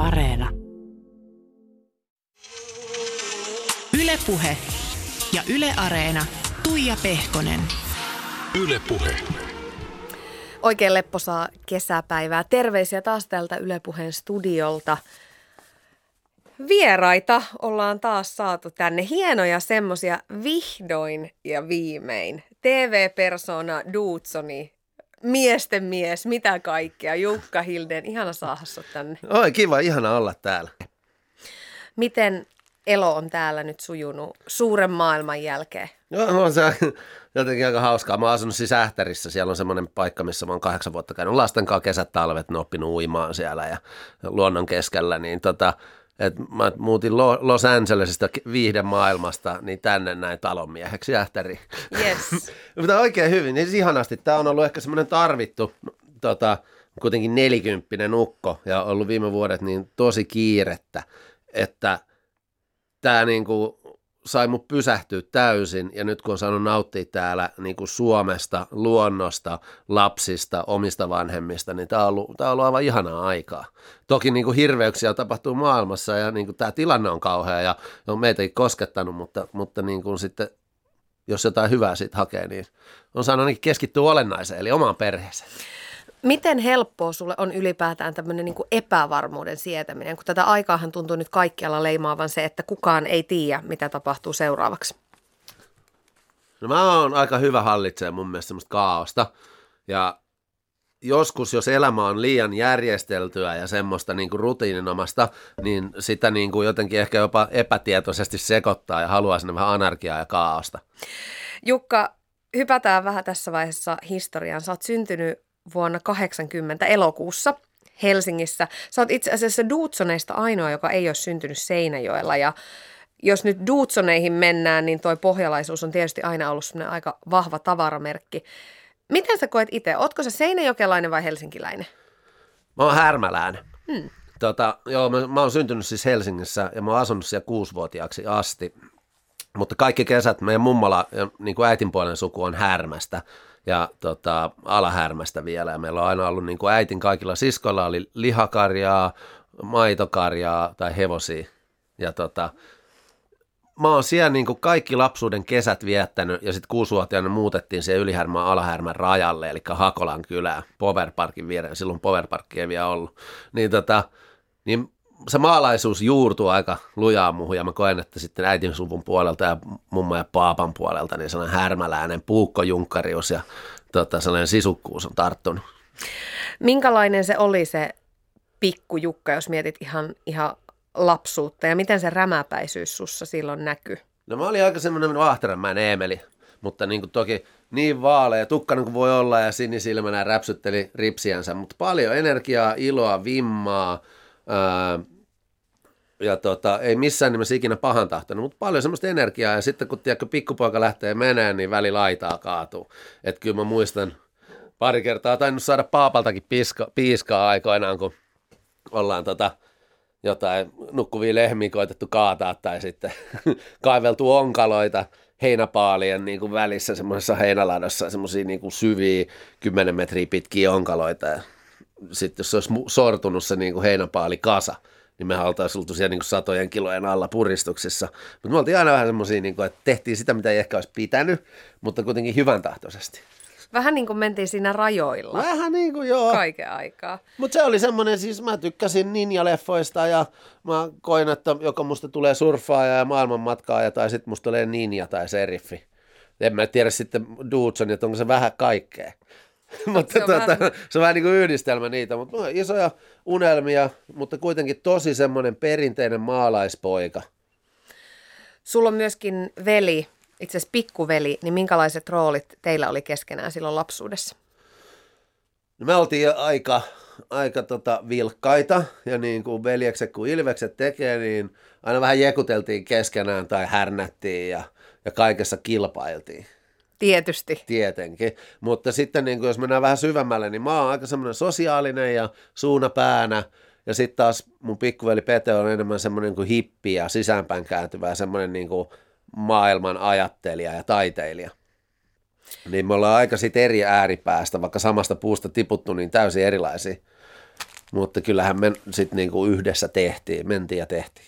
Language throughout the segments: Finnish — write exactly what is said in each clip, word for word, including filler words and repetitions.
Areena. Yle Puhe ja Yle Areena. Tuija Pehkonen. Yle Puhe. Oikein lepposaa kesäpäivää. Terveisiä taas täältä Yle Puheen studiolta. Vieraita ollaan taas saatu tänne. Hienoja semmosia vihdoin ja viimein. T V-persona Duutsoni, miesten mies, mitä kaikkea. Jukka Hildén, ihana saada sut tänne. Oi, kiva, ihana olla täällä. Miten elo on täällä nyt sujunut suuren maailman jälkeen? Joo, no, se on jotenkin aika hauskaa. Mä oon asunut siis Ähtärissä. Siellä on semmoinen paikka, missä mä oon kahdeksan vuotta käynyt lasten kanssa kesät, talvet, ne oppinut uimaan siellä ja luonnon keskellä. Niin tota, et mä muutin Los Angelesista viihdemaailmasta niin tänne näin talonmieheksi Ähtäriin. Yes. Mutta oikein hyvin, niin ihanasti. Tää on ollut ehkä semmoinen tarvittu, tota, kuitenkin nelikymppinen ukko ja ollut viime vuodet niin tosi kiirettä, että tää niinku sai mut pysähtyä täysin ja nyt kun on saanut nauttia täällä niin kuin Suomesta, luonnosta, lapsista, omista vanhemmista, niin tämä on ollut, tää on ollut aivan ihanaa aikaa. Toki niin kuin hirveyksiä tapahtuu maailmassa ja niin kuin tämä tilanne on kauhea ja on meitäkin koskettanut, mutta, mutta niin kuin sitten, jos jotain hyvää siitä hakee, niin on saanut ainakin keskittyä olennaiseen, eli omaan perheeseen. Miten helppoa sulle on ylipäätään tämmöinen niin kuin epävarmuuden sietäminen, kun tätä aikaahan tuntuu nyt kaikkialla leimaavan se, että kukaan ei tiedä, mitä tapahtuu seuraavaksi? No mä oon aika hyvä hallitsemaan mun mielestä semmoista kaaosta ja joskus, jos elämä on liian järjesteltyä ja semmoista niin kuin rutiininomasta, niin sitä niin kuin jotenkin ehkä jopa epätietoisesti sekoittaa ja haluaa sinne vähän anarkiaa ja kaaosta. Jukka, hypätään vähän tässä vaiheessa historiaan. Sä oot syntynyt vuonna kahdeksankymmentä elokuussa Helsingissä. Sä oot itse asiassa Duutsoneista ainoa, joka ei ole syntynyt Seinäjoella. Ja jos nyt Duutsoneihin mennään, niin toi pohjalaisuus on tietysti aina ollut semmoinen aika vahva tavaramerkki. Miten sä koet itse? Ootko sä seinäjokelainen vai helsinkiläinen? Mä oon härmäläinen. Hmm. Tota, joo, mä, mä oon syntynyt siis Helsingissä ja mä oon asunut siellä kuusivuotiaaksi asti. Mutta kaikki kesät meidän mummala ja niin kuin äitinpuolen suku on Härmästä ja tota, Alahärmästä vielä. Ja meillä on aina ollut niin kuin äitin kaikilla siskoilla oli lihakarjaa, maitokarjaa tai hevosia. Ja tota, mä oon siellä niin kuin kaikki lapsuuden kesät viettänyt ja sitten kuusivuotiaana muutettiin siihen Ylihärmän Alahärmän rajalle, eli Hakolan kylään, Powerparkin viereen. Silloin Powerparkki ei vielä ollut. Niin, tota, niin se maalaisuus juurtuu aika lujaa muuhun ja mä koen, että sitten äitin suvun puolelta ja mummo ja paapan puolelta niin sellainen härmäläinen puukkojunkkarius ja tota, sellainen sisukkuus on tarttunut. Minkälainen se oli se pikku Jukka, jos mietit ihan, ihan lapsuutta ja miten se rämäpäisyys sussa silloin näkyy? No mä olin aika semmoinen Vaahteranmäen Eemeli, mutta niin kuin toki niin vaalea tukkainen kuin voi olla ja sinisilmänä räpsytteli ripsiänsä, mutta paljon energiaa, iloa, vimmaa. Ää, ja tota, ei missään nimessä ikinä pahan tahtonut, mutta paljon semmoista energiaa ja sitten kun tiedätkö, pikkupoika lähtee meneen, niin väli laitaa kaatuu. Että kyllä mä muistan pari kertaa tainnut saada paapaltakin piiska, piiskaa aikoinaan, kun ollaan tota, jotain nukkuvia lehmiä koitettu kaataa tai sitten kaiveltu onkaloita heinäpaalien niin kuin välissä semmoisessa heinäladossa, semmoisia niin kuin syviä kymmenen metriä pitkiä onkaloita ja sitten jos se olisi sortunut se niin kuin heinäpaali kasa, niin me oltaisiin oltu siellä niin kuin satojen kilojen alla puristuksissa. Mutta me oltiin aina vähän semmoisia, niin kuin, että tehtiin sitä, mitä ei ehkä olisi pitänyt, mutta kuitenkin hyvän tahtoisesti. Vähän niin kuin mentiin siinä rajoilla. Vähän niin kuin joo. Kaiken aikaa. Mutta se oli semmoinen, siis mä tykkäsin ninja-leffoista ja mä koin, että joko musta tulee surffaaja ja maailmanmatkaaja tai sitten musta tulee ninja tai seriffi. En mä tiedä sitten Duutson, että onko se vähän kaikkea. mutta se on, tuota, vähän... se on vähän niin kuin yhdistelmä niitä, mutta no, isoja unelmia, mutta kuitenkin tosi semmoinen perinteinen maalaispoika. Sulla on myöskin veli, itse asiassa pikkuveli, niin minkälaiset roolit teillä oli keskenään silloin lapsuudessa? No me oltiin aika, aika tota vilkkaita ja niin kuin veljekset kuin ilvekset tekee, niin aina vähän jekuteltiin keskenään tai härnättiin ja, ja kaikessa kilpailtiin. Tietysti. Tietenkin, mutta sitten niin kuin jos mennään vähän syvemmälle, niin mä oon aika semmoinen sosiaalinen ja suunapäänä ja sitten taas mun pikkuveli Pete on enemmän semmoinen kuin hippi ja sisäänpäin kääntyvä ja semmoinen niin kuin maailman ajattelija ja taiteilija. Niin me ollaan aika sit eri ääripäästä, vaikka samasta puusta tiputtu, niin täysin erilaisia. mutta kyllähän me sitten niinku yhdessä tehtiin, mentiin ja tehtiin.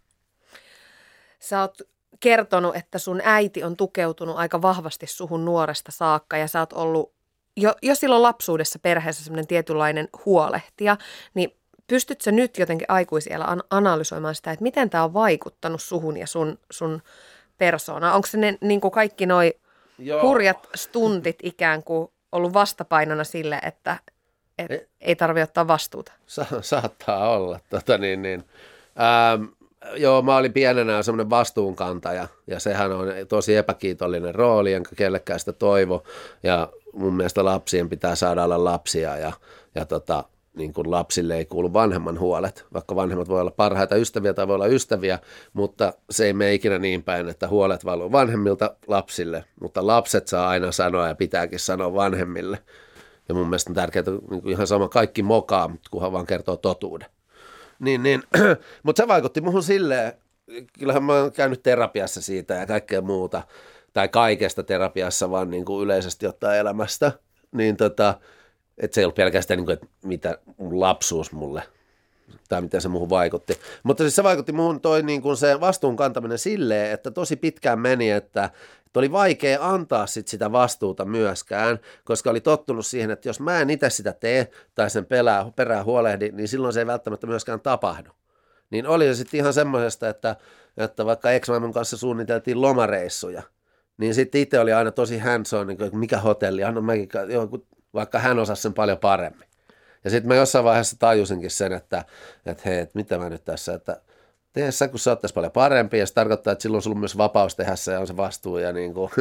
Sä oot kertonut, että sun äiti on tukeutunut aika vahvasti suhun nuoresta saakka ja sä oot ollut jo, jo silloin lapsuudessa perheessä semmoinen tietynlainen huolehtija, niin pystytkö nyt jotenkin aikuisiellä an- analysoimaan sitä, että miten tämä on vaikuttanut suhun ja sun, sun persoonaan? Onko se ne niin kuin kaikki noi Joo. hurjat stuntit ikään kuin ollut vastapainona sille, että et e- ei tarvitse ottaa vastuuta? Sa- saattaa olla. Tota niin, niin. Ähm, joo, mä olin pienenä semmoinen vastuunkantaja ja sehän on tosi epäkiitollinen rooli, enkä kellekään sitä toivo. Ja mun mielestä lapsien pitää saada olla lapsia ja, ja tota, niin kuin lapsille ei kuulu vanhemman huolet, vaikka vanhemmat voi olla parhaita ystäviä tai voi olla ystäviä, mutta se ei mene ikinä niin päin, että huolet valuu vanhemmilta lapsille, mutta lapset saa aina sanoa ja pitääkin sanoa vanhemmille. Ja mun mielestä on tärkeää niin kuin ihan sama kaikki mokaa, kunhan vaan kertoo totuuden. Niin, niin. Mutta se vaikutti muhun silleen, kyllähän mä oon käynyt terapiassa siitä ja kaikkea muuta, tai kaikesta terapiassa vaan niin kuin yleisesti ottaa elämästä, niin tota, että se ei ollut pelkästään, niin kuin, että mitä mun lapsuus mulle, tai miten se muuhun vaikutti. Mutta siis se vaikutti muuhun toi niin kuin se vastuun kantaminen silleen, että tosi pitkään meni, että, että oli vaikea antaa sit sitä vastuuta myöskään, koska oli tottunut siihen, että jos mä en itse sitä tee tai sen pelää, perään huolehdi, niin silloin se ei välttämättä myöskään tapahdu. Niin oli se sitten ihan semmoisesta, että, että vaikka ex-vaimon kanssa suunniteltiin lomareissuja, niin sitten itse oli aina tosi hands-on, niin kuin, mikä hotelli, anna mäkin, vaikka hän osasi sen paljon paremmin. Ja sitten mä jossain vaiheessa tajusinkin sen, että, että hei, että mitä mä nyt tässä, että tee sä, kun sä oot tässä paljon parempi, ja se tarkoittaa, että silloin sulla on myös vapaus tehdä se ja on se vastuu, ja, niin kuin,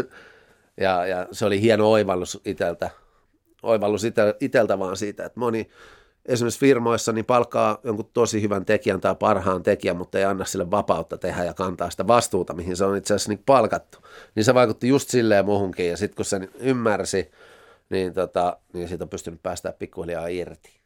ja, ja se oli hieno oivallus iteltä, oivallus iteltä vaan siitä, että moni esimerkiksi firmoissa niin palkkaa jonkun tosi hyvän tekijän tai parhaan tekijän, mutta ei anna sille vapautta tehdä ja kantaa sitä vastuuta, mihin se on itse asiassa niin palkattu. Niin se vaikutti just silleen muhunkin, ja sitten kun se ymmärsi, niin, tota, niin siitä on pystynyt päästään pikkuhiljaa irti.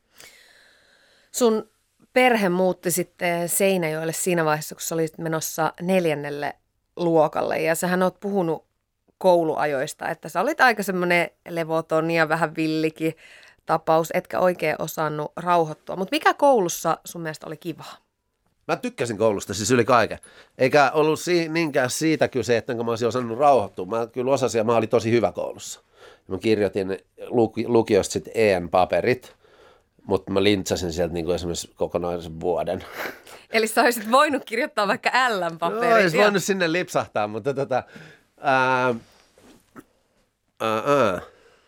Sun perhe muutti sitten Seinäjoelle siinä vaiheessa, kun sä olit menossa neljännelle luokalle, ja sähän oot puhunut kouluajoista, että sä olit aika semmoinen levoton ja vähän villikin tapaus, etkä oikein osannut rauhoittua. Mutta mikä koulussa sun mielestä oli kivaa? Mä tykkäsin koulusta siis yli kaiken. Eikä ollut si- niinkään siitä kyse, että mä olisin osannut rauhoittua. Mä kyllä osasin ja mä olin tosi hyvä koulussa. Mä kirjoitin luki- lukiosta sitten E N-paperit, mutta mä lintsasin sieltä niin kuin esimerkiksi kokonaisen vuoden. Eli sä olisit voinut kirjoittaa vaikka L-paperit. No, olisi voinut sinne lipsahtaa, mutta tota... Ää, ää, ää.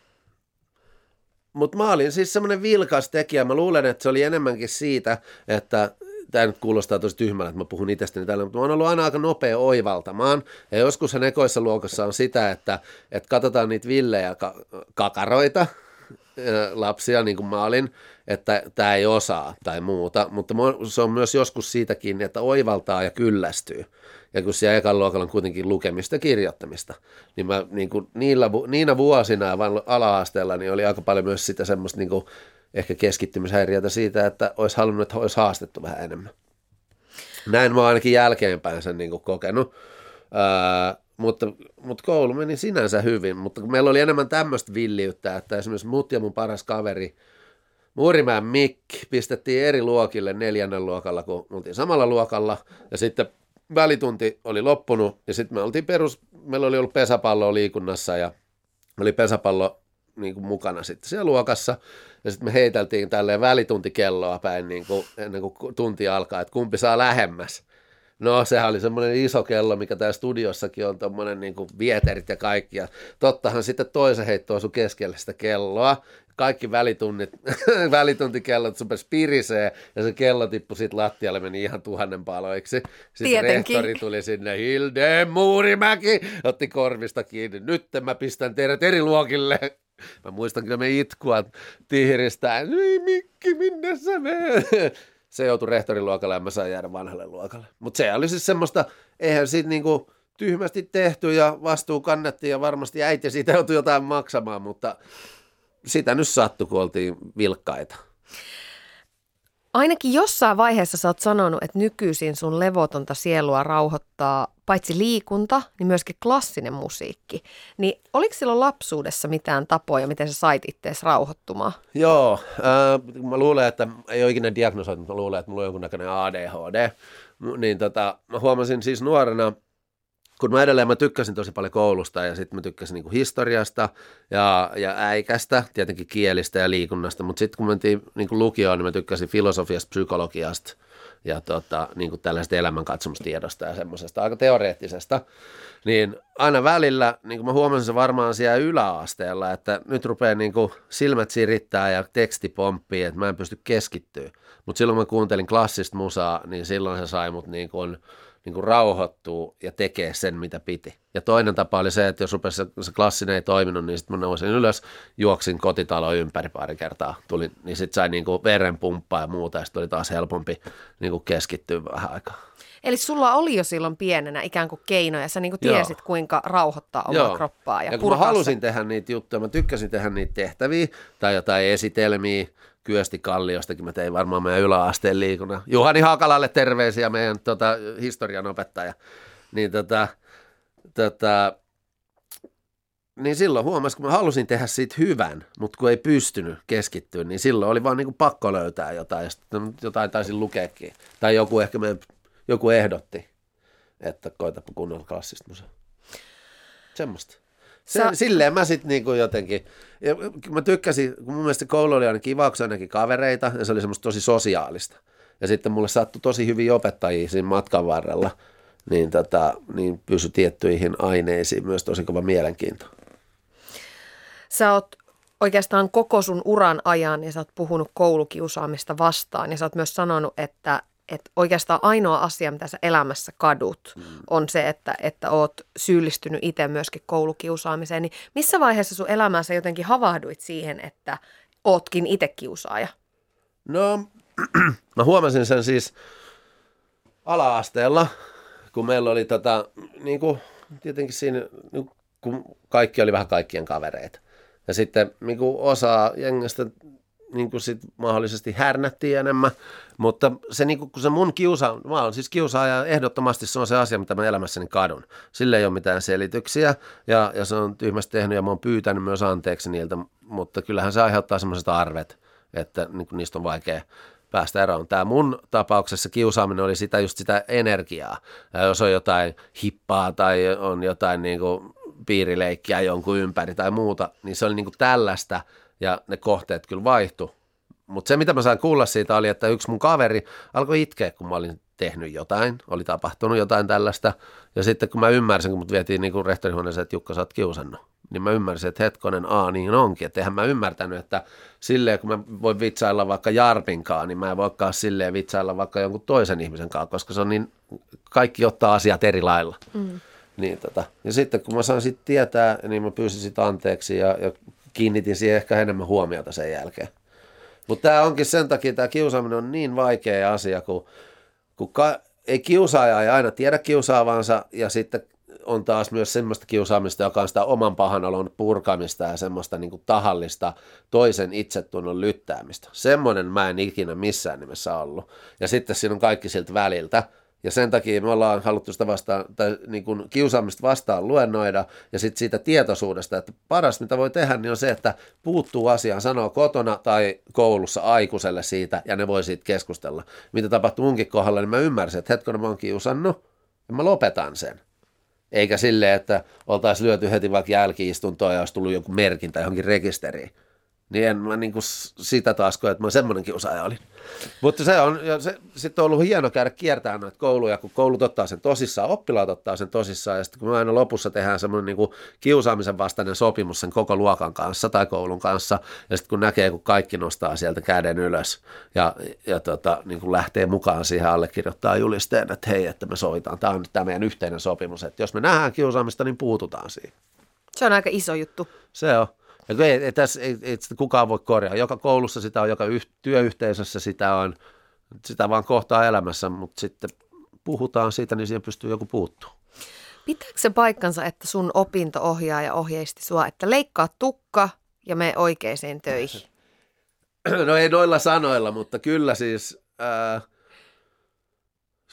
Mutta mä olin siis semmoinen vilkas tekijä. Mä luulen, että se oli enemmänkin siitä, että tämä nyt kuulostaa tosi tyhmältä, että mä puhun itsestäni tällä, mutta mä oon ollut aina aika nopea oivaltamaan. Ja joskushan ekoissa luokassa on sitä, että, että katsotaan niitä villejä ka- kakaroita, lapsia, niin kuin mä olin, että tämä ei osaa tai muuta, mutta se on myös joskus siitäkin, että oivaltaa ja kyllästyy. Ja kun siellä ekan luokalla on kuitenkin lukemista ja kirjoittamista, niin mä niin kuin niillä, niinä vuosina ja ala-asteella niin oli aika paljon myös sitä semmoista niin kuin ehkä keskittymishäiriötä siitä, että olisi halunnut, että olisi haastettu vähän enemmän. Näin mä oon ainakin jälkeenpäin sen niin kuin kokenut. Ää, Mutta, mutta koulu meni sinänsä hyvin, mutta kun meillä oli enemmän tämmöistä villiyttä, että esimerkiksi mut ja mun paras kaveri Muurimäen Mikki pistettiin eri luokille neljännen luokalla, kun me oltiin samalla luokalla, ja sitten välitunti oli loppunut, ja sitten me oltiin perus, meillä oli ollut pesäpalloa liikunnassa, ja oli pesäpallo niin kuin mukana sitten siellä luokassa, ja sitten me heiteltiin tälleen välituntikelloa päin niin kuin, ennen kuin tunti alkaa, että kumpi saa lähemmäs. No sehän oli semmoinen iso kello, mikä täällä studiossakin on, tommoinen niin kuin vieterit ja kaikki. Ja tottahan sitten toisen heittoi sun keskelle sitä kelloa. Kaikki välitunnit, välituntikellot supes pirisee ja se kello tippui sitten lattialle, meni ihan tuhannen paloiksi. Sitten Tietenkin. rehtori tuli sinne, Hilde Muurimäki, otti korvista kiinni. Nyt mä pistän teidät eri luokille. Mä muistan kyllä me itkua tihristään. Ei Mikki, minne sä menet? Se joutui rehtorin luokalle ja mä sain jäädä vanhalle luokalle. Mutta se oli siis semmoista, eihän siitä niinku tyhmästi tehty ja vastuu kannettiin ja varmasti äiti siitä joutui jotain maksamaan, mutta sitä nyt sattui, kun oltiin vilkkaita. Ainakin jossain vaiheessa sä oot sanonut, että nykyisin sun levotonta sielua rauhoittaa paitsi liikunta, niin myöskin klassinen musiikki. Niin oliko silloin lapsuudessa mitään tapoja, miten sä sait ittees rauhoittumaan? Joo, äh, mä luulen, että ei ole ikinä diagnosoitu, mutta mä luulen, että mulla on jonkunnäköinen A D H D. Niin tota, mä huomasin siis nuorena, kun mä edelleen mä tykkäsin tosi paljon koulusta ja sitten mä tykkäsin niinku historiasta ja, ja äikästä, tietenkin kielistä ja liikunnasta, mutta sitten kun mentiin niinku lukioon, niin mä tykkäsin filosofiasta, psykologiasta ja tota, niinku tällaisesta elämänkatsomustiedosta ja semmoisesta aika teoreettisesta. Niin aina välillä, niin kuin mä huomasin se varmaan siellä yläasteella, että nyt rupeaa niinku silmät sirittää ja teksti pomppii, että mä en pysty keskittyä. Mutta silloin mä kuuntelin klassista musaa, niin silloin se sai mut niin kuin niin kuin rauhoittuu ja tekee sen, mitä piti. Ja toinen tapa oli se, että jos rupesi se, se klassinen ei toiminut, niin sitten mä nousin ylös, juoksin kotitaloon ympäri pari kertaa, tulin, niin sitten sai niin kuin verenpumppaa ja muuta, ja sitten oli taas helpompi niin kuin keskittyä vähän aikaa. Eli sulla oli jo silloin pienenä ikään kuin keinoja, sä niin kuin tiesit, Joo. kuinka rauhoittaa omaa Joo. kroppaa. Ja, ja kun mä halusin tehdä niitä juttuja, mä tykkäsin tehdä niitä tehtäviä tai jotain esitelmiä, Kyösti Kalliostakin mä tein varmaan meidän yläasteen liikunnan. Juhani Hakalalle terveisiä, meidän tota, historian opettaja. Niin, tota, tota, niin silloin huomasin, kun mä halusin tehdä siitä hyvän, mutta kun ei pystynyt keskittyä, niin silloin oli vaan niin kuin pakko löytää jotain. Ja sitten jotain taisin lukeekin. Tai joku ehkä meidän, joku ehdotti, että koitapa kunnolla klassista musaa. Semmoista. Se, Sä... Silleen mä sitten niinku jotenkin, ja mä tykkäsin, kun mun mielestä koulu oli aina kiva, kun se ainakin kavereita, ja se oli semmoista tosi sosiaalista. Ja sitten mulle sattui tosi hyviä opettajia siinä matkan varrella, niin, tota, niin pysy tiettyihin aineisiin myös tosi kova mielenkiinto. Sä oot oikeastaan koko sun uran ajan, ja sä oot puhunut koulukiusaamista vastaan, ja sä oot myös sanonut, että että oikeastaan ainoa asia, mitä sä elämässä kadut, mm. on se, että, että oot syyllistynyt itse myöskin koulukiusaamiseen. Niin missä vaiheessa sun elämässä jotenkin havahduit siihen, että ootkin itse kiusaaja? No, mä huomasin sen siis ala-asteella, kun meillä oli tota, niin kuin, tietenkin siinä, niin kun kaikki oli vähän kaikkien kavereita. Ja sitten niin kuin osa jengistä niin kuin sit mahdollisesti härnättiin enemmän, mutta se, niin kuin, kun se mun kiusa, mä oon siis kiusaaja, ehdottomasti se on se asia, mitä mä elämässäni kadun. Sillä ei ole mitään selityksiä, ja, ja se on tyhmästi tehnyt, ja mä oon pyytänyt myös anteeksi niiltä, mutta kyllähän se aiheuttaa semmoiset arvet, että niin kuin niistä on vaikea päästä eroon. Tämä mun tapauksessa kiusaaminen oli sitä just sitä energiaa, ja jos on jotain hippaa tai on jotain niin kuin piirileikkiä jonkun ympäri tai muuta, niin se oli niin kuin tällaista, ja ne kohteet kyllä vaihtui. Mutta se, mitä mä sain kuulla siitä, oli, että yksi mun kaveri alkoi itkeä, kun mä olin tehnyt jotain, oli tapahtunut jotain tällaista. Ja sitten kun mä ymmärsin, kun mut vietiin niin kuin rehtorihuoneeseen, että Jukka, sä oot kiusannut, niin mä ymmärsin, että hetkonen, aa niin onkin. Että eihän mä ymmärtänyt, että silleen, kun mä voin vitsailla vaikka Jarpinkaan, niin mä en voikaan silleen vitsailla vaikka jonkun toisen ihmisen kanssa, koska se on niin, kaikki ottaa asiat eri lailla. Mm. Niin, tota. Ja sitten kun mä sain sitten tietää, niin mä pyysin sitä anteeksi ja, ja kiinnitin siihen ehkä enemmän huomiota sen jälkeen. Mutta tämä onkin sen takia, tämä kiusaaminen on niin vaikea asia, kun, kun ka, ei kiusaaja ei aina tiedä kiusaavansa, ja sitten on taas myös semmoista kiusaamista, joka on sitä oman pahan olon purkamista ja semmoista niin kuin tahallista toisen itsetunnon lyttäämistä. Semmoinen mä en ikinä missään nimessä ollut. Ja sitten siinä on kaikki siltä väliltä. Ja sen takia me ollaan haluttu sitä vastaan, tai niin kuin kiusaamista vastaan luennoida, ja sitten siitä tietoisuudesta, että paras mitä voi tehdä, niin on se, että puuttuu asiaan, sanoo kotona tai koulussa aikuiselle siitä, ja ne voi siitä keskustella. Mitä tapahtuu munkin kohdalla, niin mä ymmärsin, että hetkinen mä oon kiusannut, ja mä lopetan sen. Eikä silleen, että oltaisiin lyöty heti vaikka jälki-istuntoa, ja olisi tullut joku merkintä johonkin rekisteriin. Niin en mä niin kuin sitä taas koe, että mä semmoinen kiusaaja olin. Mutta se on, ja se sitten on ollut hieno käydä kiertämään noita kouluja, kun koulut ottaa sen tosissaan, oppilaat ottaa sen tosissaan, ja sitten kun me aina lopussa tehdään semmoinen niin kuin kiusaamisen vastainen sopimus sen koko luokan kanssa tai koulun kanssa, ja sitten kun näkee, kun kaikki nostaa sieltä käden ylös, ja, ja tota, niin kuin lähtee mukaan siihen allekirjoittaa julisteen, että hei, että me sovitaan, tämä on nyt tämä meidän yhteinen sopimus, että jos me nähdään kiusaamista, niin puututaan siihen. Se on aika iso juttu. Se on. Ja ei, ei, tässä, ei, ei sitä kukaan voi korjaa. Joka koulussa sitä on, joka yh, työyhteisössä sitä on, sitä vaan kohtaa elämässä, mutta sitten puhutaan siitä, niin siihen pystyy joku puuttumaan. Pitääkö se paikkansa, että sun opinto-ohjaaja ohjeisti sua, että leikkaa tukka ja mene oikeisiin töihin? No ei noilla sanoilla, mutta kyllä siis, ää,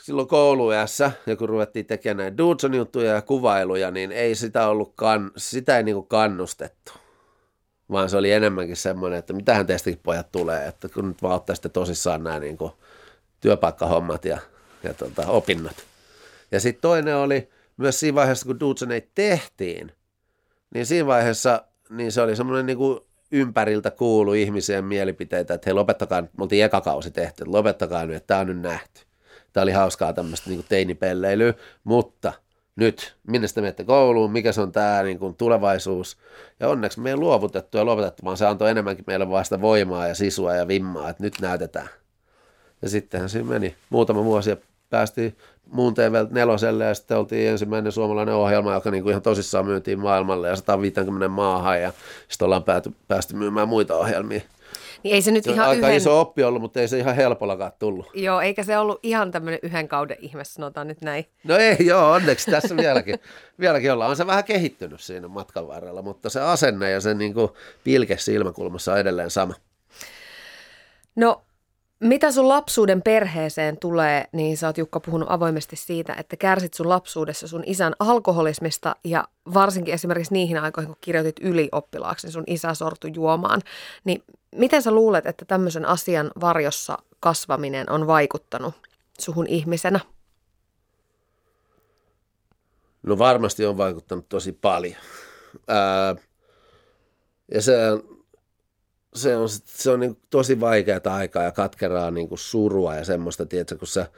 silloin kouluiässä, ja kun ruvettiin tekemään näitä Dudson-juttuja ja kuvailuja, niin ei sitä ollut, kann- sitä ei niinku kannustettu. Vaan se oli enemmänkin semmoinen, että mitähän teistäkin pojat tulee, että kun nyt vaan ottaisitte tosissaan nämä niinku työpaikkahommat ja, ja tota, opinnot. Ja sitten toinen oli myös siinä vaiheessa, kun Dudsoneita tehtiin, niin siinä vaiheessa niin se oli semmoinen niinku ympäriltä kuulu ihmisen mielipiteitä, että hei lopettakaa, me oltiin eka kausi tehty, että lopettakaa nyt, että tämä on nyt nähty. Tämä oli hauskaa tämmöistä niinku teinipelleilyä, mutta nyt, minne sitten menette kouluun, mikä se on tämä niinku tulevaisuus. Ja onneksi me ei luovutettu ja lopetettu, vaan se antoi enemmänkin meille vasta voimaa ja sisua ja vimmaa, että nyt näytetään. Ja sittenhän siinä meni muutama vuosi ja päästiin muun T V neloselle ja sitten oltiin ensimmäinen suomalainen ohjelma, joka niinku ihan tosissaan myytiin maailmalle ja sata viisikymmentä maahan ja sitten ollaan pääty, päästy myymään muita ohjelmia. Niin ei se nyt se on ihan aika yhden... iso oppi ollut, mutta ei se ihan helpollakaan tullut. Joo, eikä se ollut ihan tämmöinen yhden kauden ihme, sanotaan nyt näin. No ei, joo, onneksi tässä vieläkin, vieläkin ollaan. On se vähän kehittynyt siinä matkan varrella, mutta se asenne ja se niinku pilke silmäkulmassa on edelleen sama. No, mitä sun lapsuuden perheeseen tulee, niin sä oot Jukka puhunut avoimesti siitä, että kärsit sun lapsuudessa sun isän alkoholismista ja varsinkin esimerkiksi niihin aikoihin, kun kirjoitit ylioppilaaksi, niin sun isä sortui juomaan. Niin miten sä luulet, että tämmöisen asian varjossa kasvaminen on vaikuttanut suhun ihmisenä? No varmasti on vaikuttanut tosi paljon. Ää, ja se Se on, se on niin tosi vaikeaa aikaa ja katkeraa niin kuin surua ja semmoista, tiedätkö, kun sä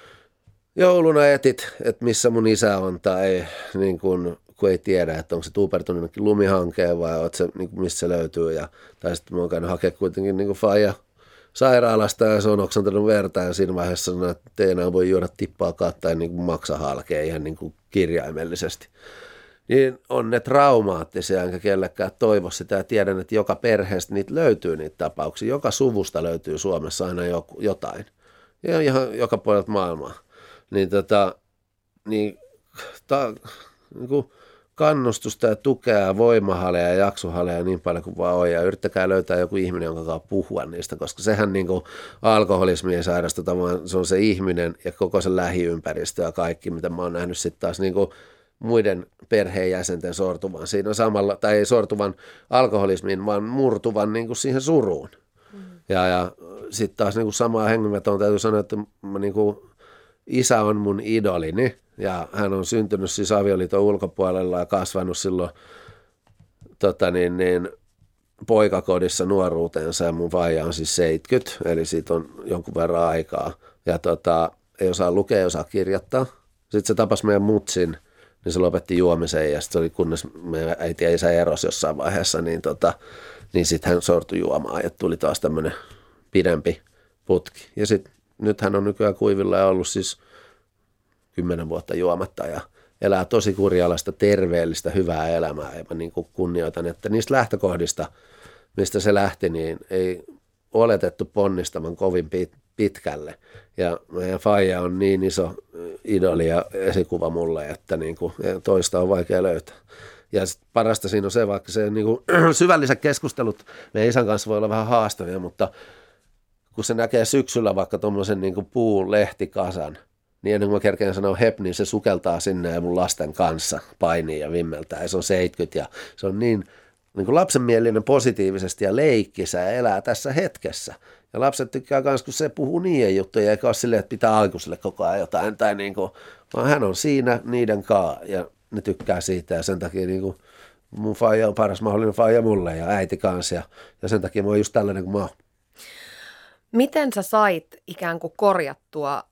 jouluna etit, että missä mun isä on tai niin kuin, kun ei tiedä, että onko se tuupertunut jonnekin lumihankeen vai oot se, niin kuin, missä se löytyy. Ja, tai sitten mä oon käynyt hakemaan kuitenkin niin kuin faija sairaalasta ja se on oksantanut verta ja siinä vaiheessa sanoo, että ei enää voi juoda tippaakaan tai niin kuin maksa halkea ihan niin kuin kirjaimellisesti. Niin on ne traumaattisia, enkä kellekään toivo sitä ja tiedän, että joka perheestä niitä löytyy niitä tapauksia. Joka suvusta löytyy Suomessa aina jotain. Ja ihan joka puolelta maailmaa. Niin, tota, niin, ta, niin kuin kannustusta ja tukea ja voimahaleja ja jaksohaleja niin paljon kuin vaan on. Ja yrittäkää löytää joku ihminen, jonka kanssa puhua niistä, koska sehän niin kuin alkoholismi ei sairastuta, vaan se on se ihminen ja koko se lähiympäristö ja kaikki, mitä mä oon nähnyt sitten taas niin kuin muiden perheenjäsenten sortuvan siinä samalla, tai ei sortuvan alkoholismiin, vaan murtuvan niin kuin siihen suruun. Mm. Ja, ja sitten taas niin kuin samaa hengenvetoon täytyy sanoa, että mä, niin kuin, isä on mun idolini, ja hän on syntynyt siis avioliiton ulkopuolella ja kasvanut silloin tota niin, niin, poikakodissa nuoruutensa, ja mun vaija on siis seitsemänkymmentä, eli siitä on jonkun verran aikaa. Ja tota, ei osaa lukea, ei osaa kirjoittaa. Sitten se tapasi meidän mutsin, niin se lopetti juomisen ja sitten se oli kunnes meidän äiti ja isä erosi jossain vaiheessa, niin, tota, niin sitten hän sortui juomaan ja tuli taas tämmöinen pidempi putki. Ja sitten nyt hän on nykyään kuivilla ja ollut siis kymmenen vuotta juomatta ja elää tosi kurjalaista, terveellistä, hyvää elämää. Ja mä niin kuin kunnioitan, että niistä lähtökohdista, mistä se lähti, niin ei oletettu ponnistavan kovin pitkälle. Ja meidän faija on niin iso idoli ja esikuva mulle, että niin kuin toista on vaikea löytää. Ja parasta siinä on se, vaikka se niin kuin syvälliset keskustelut meidän isän kanssa voi olla vähän haastavia, mutta kun se näkee syksyllä vaikka tuommoisen niin kuin puun lehtikasan, niin ennen kuin mä kerkeen sanoa hep, niin se sukeltaa sinne ja mun lasten kanssa painii ja vimmeltää. Ja se on seitsemänkymmentä ja se on niin, niin kuin lapsenmielinen positiivisesti ja leikkisä ja elää tässä hetkessä. Ja lapset tykkää myös, kun se puhuu niiden juttuja, eikä ole silleen, että pitää aikuisille koko ajan jotain, tai niin kuin, vaan hän on siinä niiden kaa ja ne tykkää siitä ja sen takia niin kuin, mun faija on paras mahdollinen faija mulle ja äiti kanssa ja, ja sen takia mä oon just tällainen kuin mä oon. Miten sä sait ikään kuin korjattua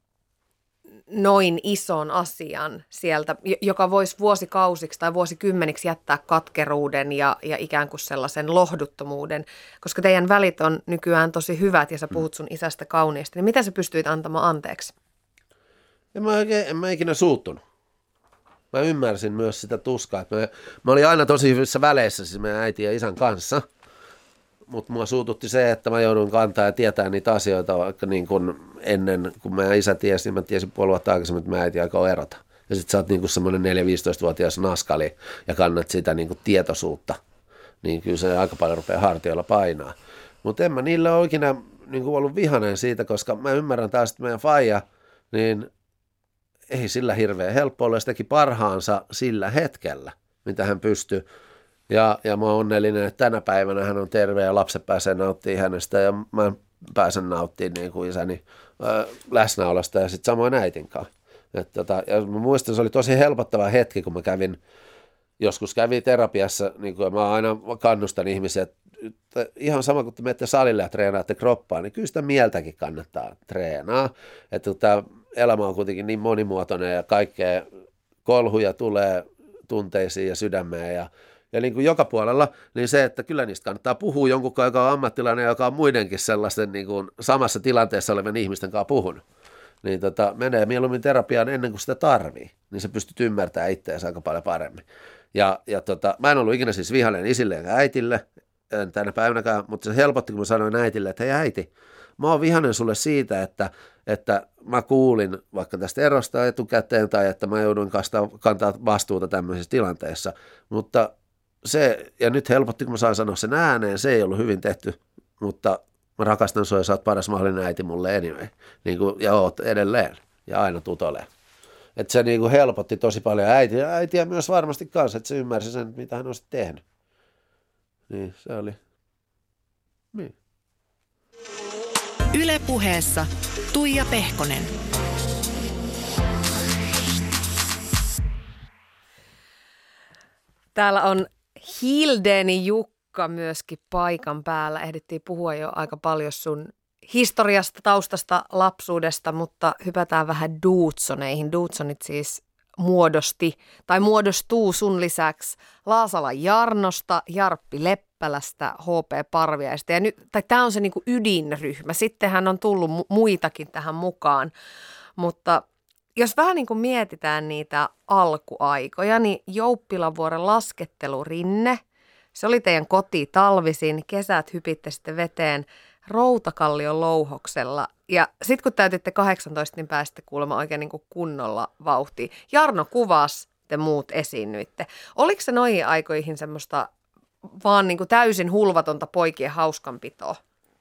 noin ison asian sieltä, joka voisi vuosikausiksi tai vuosikymmeniksi jättää katkeruuden ja, ja ikään kuin sellaisen lohduttomuuden, koska teidän välit on nykyään tosi hyvät ja sä puhut sun isästä kauniisti, niin miten sä pystyit antamaan anteeksi? En mä, oikein, en mä ikinä suuttunut. Mä ymmärsin myös sitä tuskaa. Että mä, mä olin aina tosi hyvissä väleissä siis meidän äiti ja isän kanssa, mutta mua suututti se, että mä joudun kantaa ja tietää niitä asioita vaikka niin kuin ennen, kun meidän isä tiesi, niin mä tiesin puoli vuotta aikaisemmin, että mä äiti aikoo erota. Ja sit sä oot niin kuin semmoinen neljä-viisitoistavuotias naskali ja kannat sitä niin kuin tietoisuutta. Niin kyllä se aika paljon rupeaa hartioilla painaa. Mutta en mä niillä ole ikinä niin kuin ollut vihainen siitä, koska mä ymmärrän taas, että meidän faija, niin ei sillä hirveän helppo ole, se teki parhaansa sillä hetkellä, mitä hän pystyi. Ja, ja mä oon onnellinen, että tänä päivänä hän on terve ja lapset pääsee nauttimaan hänestä ja mä pääsen nauttimaan niin kuin isäni ää, läsnäolosta ja sitten samoin äitin kanssa. Et tota, ja mä muistan, se oli tosi helpottava hetki, kun mä kävin, joskus kävin terapiassa, niin kuin mä aina kannustan ihmisiä, että ihan sama kuin te menette salille ja treenaatte kroppaa, niin kyllä sitä mieltäkin kannattaa treenaa. Että tämä elämä on kuitenkin niin monimuotoinen ja kaikkea kolhuja tulee tunteisiin ja sydämeen ja Ja niin kuin joka puolella, niin se, että kyllä niistä kannattaa puhua jonkun, joka on ammattilainen, joka on muidenkin sellaisten niin kuin samassa tilanteessa olevien ihmisten kanssa puhunut. Niin tota, menee mieluummin terapiaan ennen kuin sitä tarvii, niin se pystyt ymmärtämään itseänsä aika paljon paremmin. Ja, ja tota, mä en ollut ikinä siis vihainen isille ja äitille, en tänä päivänäkään, mutta se helpotti, kun mä sanoin äitille, että hei äiti, mä oon vihainen sulle siitä, että, että mä kuulin vaikka tästä erosta etukäteen tai että mä joudun kantaa vastuuta tämmöisissä tilanteissa, mutta se, ja nyt helpotti, kun mä sain sanoa sen ääneen, se ei ollut hyvin tehty, mutta mä rakastan sua ja sä oot paras mahdollinen äiti mulle anyway, niin kuin, ja oot edelleen, ja aina tuut olemaan. Että se niin kuin helpotti tosi paljon äitiä, äitiä myös varmasti kanssa, että se ymmärsi sen, mitä hän on sitten tehnyt. Niin, se oli. Niin. Yle Puheessa Tuija Pehkonen. Täällä on Hildeni Jukka myöskin paikan päällä. Ehdittiin puhua jo aika paljon sun historiasta, taustasta, lapsuudesta, mutta hypätään vähän Duutsoneihin. Duutsonit siis muodosti tai muodostuu sun lisäksi Laasalan Jarnosta, Jarppi Leppälästä, H P Parviaista. Ja nyt, tai tämä on se niinku ydinryhmä. Sittenhän on tullut mu- muitakin tähän mukaan, mutta jos vähän niin kuin mietitään niitä alkuaikoja, niin Jouppilanvuoren laskettelurinne, se oli teidän koti talvisin, kesät hypitte sitten veteen Routakallion louhoksella. Ja sitten kun täytitte kahdeksantoista, niin pääsitte kuulemma oikein niin kuin kunnolla vauhtiin. Jarno kuvasi, te muut esiinnyitte. Oliko se noihin aikoihin semmoista vaan niin kuin täysin hulvatonta poikien hauskanpitoa?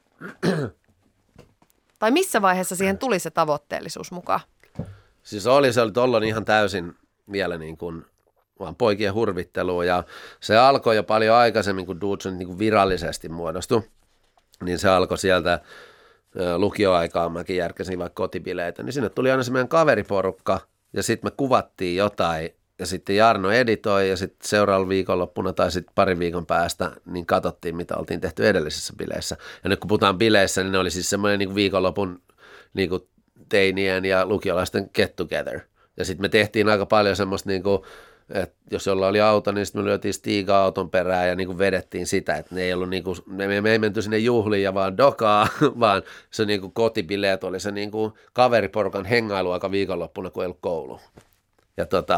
Tai missä vaiheessa siihen tuli se tavoitteellisuus mukaan? Siis oli, se oli tollon ihan täysin vielä niin kuin vaan poikien hurvittelua ja se alkoi jo paljon aikaisemmin, kun Duutsonit niin kuin virallisesti muodostui. Niin se alkoi sieltä lukioaikaan, mäkin järkäsin vaikka kotibileitä, niin sinne tuli aina se meidän kaveriporukka ja sitten me kuvattiin jotain ja sitten Jarno editoi ja sitten seuraavalla viikonloppuna tai sitten parin viikon päästä niin katsottiin, mitä oltiin tehty edellisissä bileissä. Ja nyt kun puhutaan bileissä, niin ne oli siis semmoinen niin kuin viikonlopun niin kuin teinien ja lukiolaisten get together. Ja sitten me tehtiin aika paljon semmoista, niin kuin, että jos jolla oli auto, niin sitten me lyötiin Stiga auton perään ja niin kuin vedettiin sitä, että ne ei ollut niin kuin, me, me ei menty sinne juhliin ja vaan dokaa, vaan se niin kuin kotibileet oli se niin kuin kaveriporukan hengailu aika viikonloppuna, kun ei ollut koulu. Ja tota,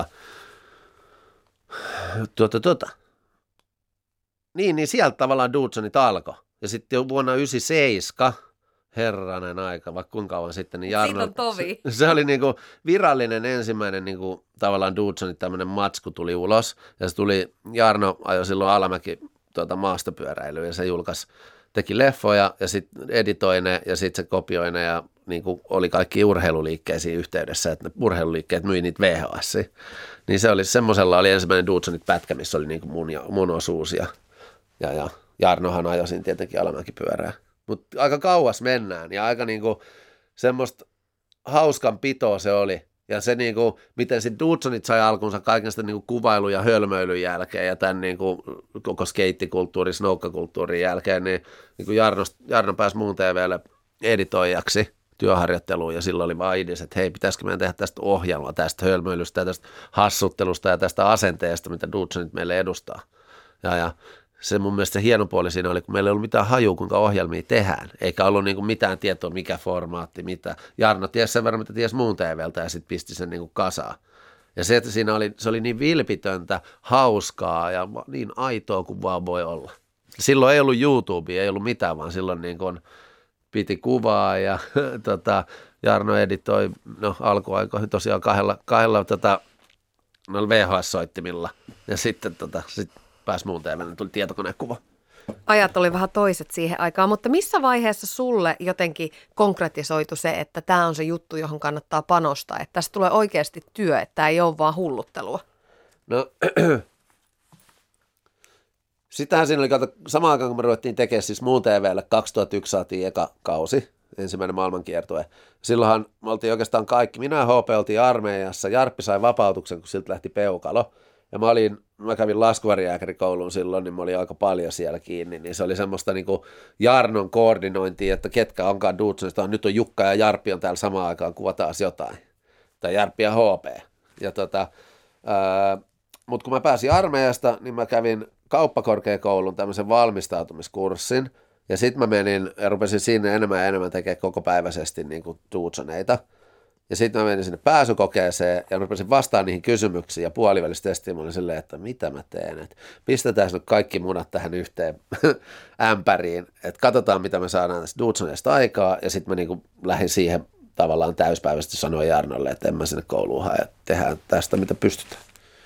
tota, tota. Niin, niin sieltä tavallaan Duutsonit alkoi. Ja sitten jo vuonna yhdeksänkymmentäseitsemän, herranen aika, vaikka kuinka kauan sitten, niin Jarno, on tovi. Se, se oli niinku virallinen ensimmäinen niinku, tavallaan Duutsonit tämmöinen matsku tuli ulos, ja se tuli, Jarno ajoi silloin Alamäki tuota, maastopyöräilyä, ja se julkaisi, teki leffoja, ja sitten editoi ne, ja sitten se kopioi ne, ja niinku, oli kaikki urheiluliikkeisiin yhteydessä, että ne urheiluliikkeet myi niitä V H S. Niin se oli, semmoisella oli ensimmäinen Duutsonit pätkä, missä oli niinku mun, mun osuus, ja, ja, ja Jarnohan ajoi siinä tietenkin Alamäki pyörää. Mutta aika kauas mennään ja aika niinku semmoista hauskan pitoa se oli. Ja se niinku, miten sitten Duutsonit sai alkunsa kaiken sitä niinku kuvailun ja hölmöilyn jälkeen ja tämän niinku koko skeittikulttuurin, snoukkakulttuurin jälkeen, niin niinku Jarno, Jarno pääsi muun T V:lle editoijaksi työharjoitteluun ja silloin oli vaan idis, että hei, pitäisikö meidän tehdä tästä ohjelmaa, tästä hölmöilystä ja tästä hassuttelusta ja tästä asenteesta, mitä Duutsonit meille edustaa. Ja, ja se mun mielestä se hieno puoli siinä oli, kun meillä ei ollut mitään hajua, kuinka ohjelmia tehdään, eikä ollut niin kuin mitään tietoa, mikä formaatti, mitä. Jarno tiesi sen verran, mitä tiesi muun T V:ltä ja sitten pisti sen niin kuin kasaan. Ja se, että siinä oli, se oli niin vilpitöntä, hauskaa ja niin aitoa kuin vaan voi olla. Silloin ei ollut YouTubea, ei ollut mitään, vaan silloin niin kuin piti kuvaa ja tota, Jarno editoi, no alkuaikoihin tosiaan kahdella, kahdella tota, no V H S-soittimilla ja sitten tota, sit pääsi muun T V:lle, tuli tietokonekuva. Ajat oli vähän toiset siihen aikaan, mutta missä vaiheessa sulle jotenkin konkretisoitu se, että tämä on se juttu, johon kannattaa panostaa, että tässä tulee oikeasti työ, että tämä ei ole vaan hulluttelua? No, sitähän siinä oli, kato, samaan aikaan kun me ruvettiin tekemään siis muun T V:lle, kaksituhattayksi saatiin eka kausi, ensimmäinen maailmankiertue. Silloinhan me oltiin oikeastaan kaikki, minä ja H P oltiin armeijassa, Jarppi sai vapautuksen, kun siltä lähti peukalo. Ja mä, olin, mä kävin laskuvarjääkärikouluun silloin, niin mä olin aika paljon siellä kiinni, niin se oli semmoista niin kuin Jarnon koordinointia, että ketkä onkaan Dudsonista, nyt on Jukka ja Jarppi on täällä samaan aikaan, kuvataan jotain. Tai Jarppi ja H P. Ja tota, mutta kun mä pääsin armeijasta, niin mä kävin kauppakorkeakoulun tämmöisen valmistautumiskurssin, ja sitten mä menin ja rupesin sinne enemmän ja enemmän tekemään kokopäiväisesti niin kuin Dudsoneita. Ja sitten mä menin sinne pääsykokeeseen ja rupesin vastaan niihin kysymyksiin ja puolivälistestiin mä olin silleen, että mitä mä teen, että pistetään nyt kaikki munat tähän yhteen ämpäriin, että katsotaan mitä me saadaan tästä Dudsoneista aikaa ja sitten mä niin kuin lähdin siihen tavallaan täyspäiväisesti sanoin Jarnolle, että en mä sinne kouluun hae, että tehdään tästä mitä pystytään.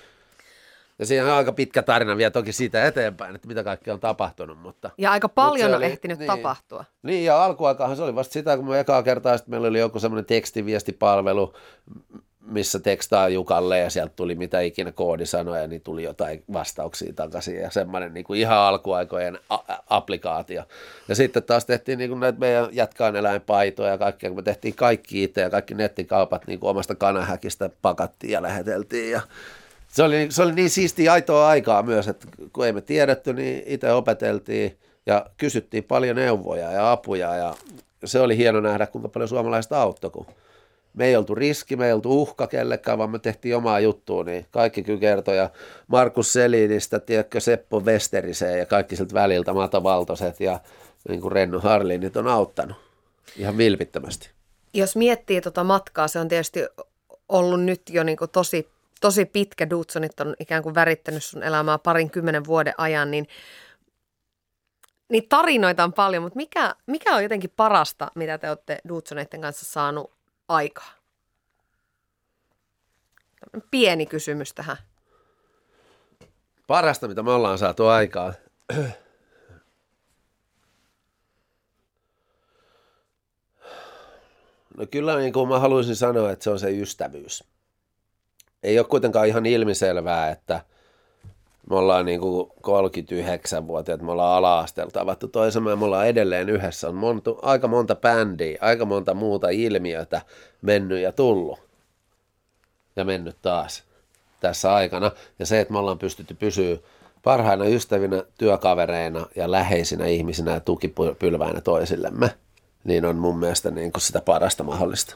Ja siinä on aika pitkä tarina vielä toki siitä eteenpäin, että mitä kaikkea on tapahtunut. Mutta, ja aika paljon on oli, ehtinyt niin, tapahtua. Niin, ja alkuaikaanhan se oli vasta sitä, kun me ekaa kertaa sitten meillä oli joku semmoinen tekstiviestipalvelu, missä tekstaa Jukalle ja sieltä tuli mitä ikinä koodisanoja, niin tuli jotain vastauksia takaisin ja semmoinen niin kuin ihan alkuaikojen a- applikaatio. Ja sitten taas tehtiin niin kuin näitä meidän jatkaan eläinpaitoja ja kaikkea, kun me tehtiin kaikki itse ja kaikki nettikaupat niin kuin omasta kanahäkistä pakattiin ja läheteltiin ja Se oli, se oli niin siistiä aitoa aikaa myös, että kun ei me tiedetty, niin itse opeteltiin ja kysyttiin paljon neuvoja ja apuja ja se oli hieno nähdä, kuinka paljon suomalaiset auttoi, kun me ei oltu riski, me ei oltu uhka kellekään, vaan me tehtiin omaa juttua, niin kaikki kyllä kertoi ja Markus Selinistä, tiedätkö, Seppo Westeriseen ja kaikki siltä väliltä, Mata Valtoset ja niin kuin Renno Harlinit on auttanut ihan vilpittömästi. Jos miettii tuota matkaa, se on tietysti ollut nyt jo niin kuin tosi Tosi pitkä, Dudsonit on ikään kuin värittänyt sun elämää parin kymmenen vuoden ajan, niin, niin tarinoita on paljon, mutta mikä, mikä on jotenkin parasta, mitä te olette Dudsoneiden kanssa saanut aikaa? Pieni kysymys tähän. Parasta, mitä me ollaan saatu aikaa. No kyllä niin kuin mä haluaisin sanoa, että se on se ystävyys. Ei ole kuitenkaan ihan ilmiselvää, että me ollaan niin kuin kolmekymmentäyhdeksänvuotiaat, me ollaan ala-asteella tavattu toisemme ja me ollaan edelleen yhdessä. On monta, aika monta bändiä, aika monta muuta ilmiötä mennyt ja tullut ja mennyt taas tässä aikana. Ja se, että me ollaan pystytty pysyä parhaina ystävinä, työkavereina ja läheisinä ihmisinä ja tukipylväinä toisillemme, niin on mun mielestä niin kuin sitä parasta mahdollista.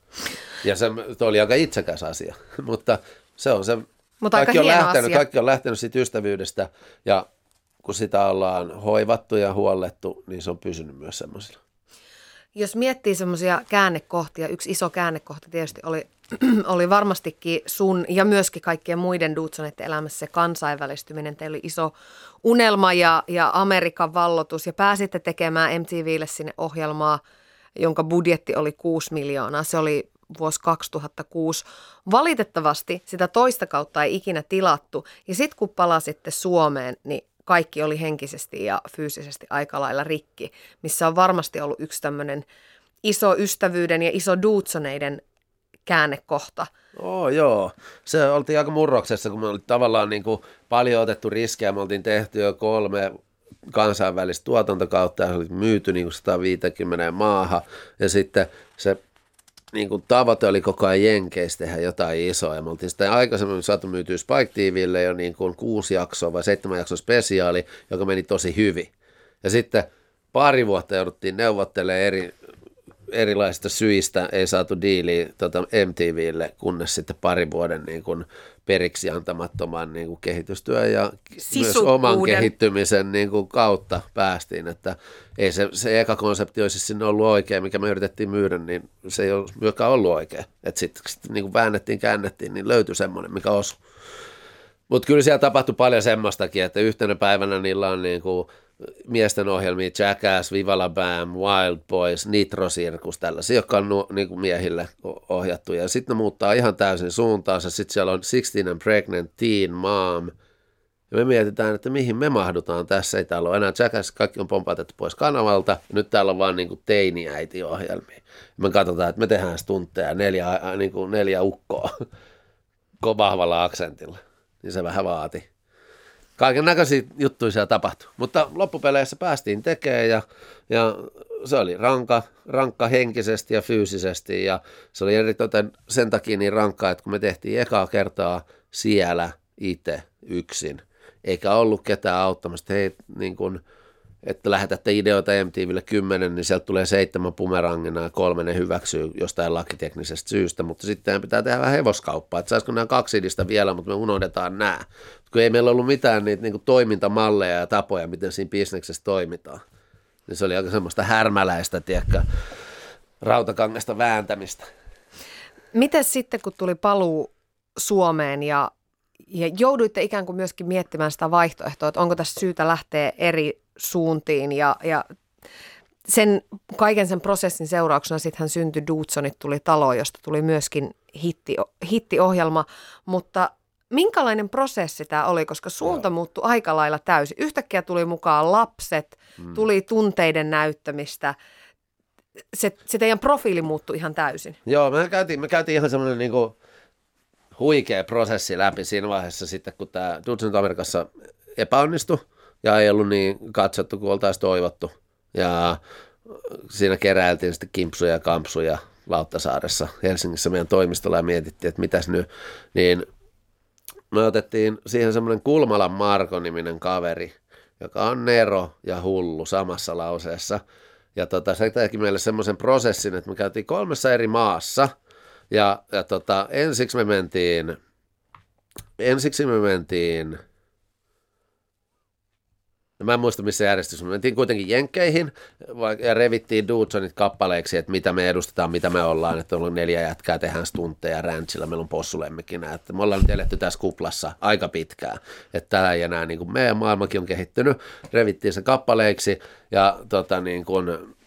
Ja se oli aika itsekäs asia, mutta se on se, mutta kaikki, on lähtenyt, asia. kaikki on lähtenyt siitä ystävyydestä ja kun sitä ollaan hoivattu ja huollettu, niin se on pysynyt myös semmoisena. Jos miettii semmoisia käännekohtia, yksi iso käännekohta tietysti oli, oli varmastikin sun ja myöskin kaikkien muiden Dudsoneiden elämässä se kansainvälistyminen. Teillä oli iso unelma ja, ja Amerikan valloitus ja pääsitte tekemään M T V:lle sinne ohjelmaa, jonka budjetti oli kuusi miljoonaa. Se oli vuosi kaksituhattakuusi. Valitettavasti sitä toista kautta ei ikinä tilattu. Ja sitten kun palasitte Suomeen, niin kaikki oli henkisesti ja fyysisesti aika lailla rikki, missä on varmasti ollut yksi tämmöinen iso ystävyyden ja iso Dudsoneiden käännekohta. Oh, joo, se oltiin aika murroksessa, kun me oli tavallaan niin kuin paljon otettu riskejä. Me oltiin tehty jo kolme kansainvälistä tuotantokautta ja se oli myyty niin kuin sata viisikymmentä maahan ja sitten se niin kuin tavoite oli koko ajan Jenkeissä tehdä jotain isoa ja me oltiin sitten aikaisemmin saatu myytyä Spike T V:lle jo niin kuin kuusi jaksoa vai seitsemän jaksoa spesiaali, joka meni tosi hyvin. Ja sitten pari vuotta jouduttiin neuvottelemaan eri, erilaisista syistä, ei saatu diiliä tota M T V:lle, kunnes sitten pari vuoden niin kuin periksi antamattoman niin kuin kehitystyön ja myös oman kehittymisen niin kuin kautta päästiin, että ei se, se eka konsepti olisi sinne ollut oikein, mikä me yritettiin myydä, niin se ei ole myöskään ollut oikein, että sitten sit, niin kuin väännettiin, käännettiin, niin löytyi semmoinen, mikä osui. Mutta kyllä siellä tapahtui paljon semmoistakin, että yhtenä päivänä niillä on niin kuin miesten ohjelmia, Jackass, Viva la Bam, Wild Boys, Nitro Circus, tällaisia, jotka on nu, niin kuin miehille ohjattu. Ja sitten ne muuttaa ihan täysin suuntaansa. Sitten siellä on sixteen and Pregnant, Teen Mom, Ja me mietitään, että mihin me mahdutaan tässä. Ei täällä ole enää Jackass, kaikki on pompatettu pois kanavalta. Ja nyt täällä on vaan niin kuin teiniäitiohjelmia. Me katsotaan, että me tehdään stuntteja neljä, niin kuin neljä ukkoa vahvalla aksentilla. Niin se vähän vaati. Kaiken näköisiä juttuja siellä tapahtui. Mutta loppupeleissä päästiin tekemään ja, ja se oli rankka, rankka henkisesti ja fyysisesti. Ja se oli eritoten sen takia niin rankkaa, että kun me tehtiin ekaa kertaa siellä itse yksin, eikä ollut ketään auttamasta, hei, niin kun, että lähetätte ideoita M T V:lle kymmenen, niin sieltä tulee seitsemän bumerangina ja kolme ne hyväksyy jostain lakiteknisestä syystä, mutta sitten pitää tehdä vähän hevoskauppaa, että saisiko nämä kaksi idistä vielä, mutta me unohdetaan nämä. Kun ei meillä ollut mitään niitä niin kuin toimintamalleja ja tapoja, miten siinä bisneksessä toimitaan, niin se oli aika semmoista härmäläistä, tiedätkö, rautakangasta vääntämistä. Miten sitten, kun tuli paluu Suomeen ja Ja jouduitte ikään kuin myöskin miettimään sitä vaihtoehtoa, että onko tässä syytä lähteä eri suuntiin ja, ja sen, kaiken sen prosessin seurauksena sittenhän syntyi Dudesonit, tuli talo, josta tuli myöskin hitti, hittiohjelma, mutta minkälainen prosessi tämä oli, koska suunta muuttui aika lailla täysin. Yhtäkkiä tuli mukaan lapset, mm. tuli tunteiden näyttämistä, se, se teidän profiili muuttui ihan täysin. Joo, me käytiin, me käytiin ihan semmoinen niin kuin huikea prosessi läpi siinä vaiheessa sitten, kun tämä Dudesonit Amerikassa epäonnistui ja ei ollut niin katsottu kuin oltaisiin toivottu. Ja siinä keräiltiin sitten kimpsuja ja kampsuja Lauttasaaressa Helsingissä meidän toimistolla ja mietittiin, että mitäs nyt. Niin me otettiin siihen semmoinen Kulmalan Marko-niminen kaveri, joka on nero ja hullu samassa lauseessa. Ja tota, se teki meille semmoisen prosessin, että me käytiin kolmessa eri maassa. Ja, ja tota, ensiksi me mentiin, ensiksi me mentiin, mä en muista missä järjestys, me mentiin kuitenkin Jenkkeihin ja revittiin Dudesonit kappaleiksi, että mitä me edustetaan, mitä me ollaan, että on neljä jätkää, tehdään stuntteja ranchilla, meillä on possulemmikkinä, että me ollaan nyt eletty tässä kuplassa aika pitkään, että täällä ei enää, niin kuin meidän maailmakin on kehittynyt, revittiin se kappaleiksi ja, tota, niin kuin,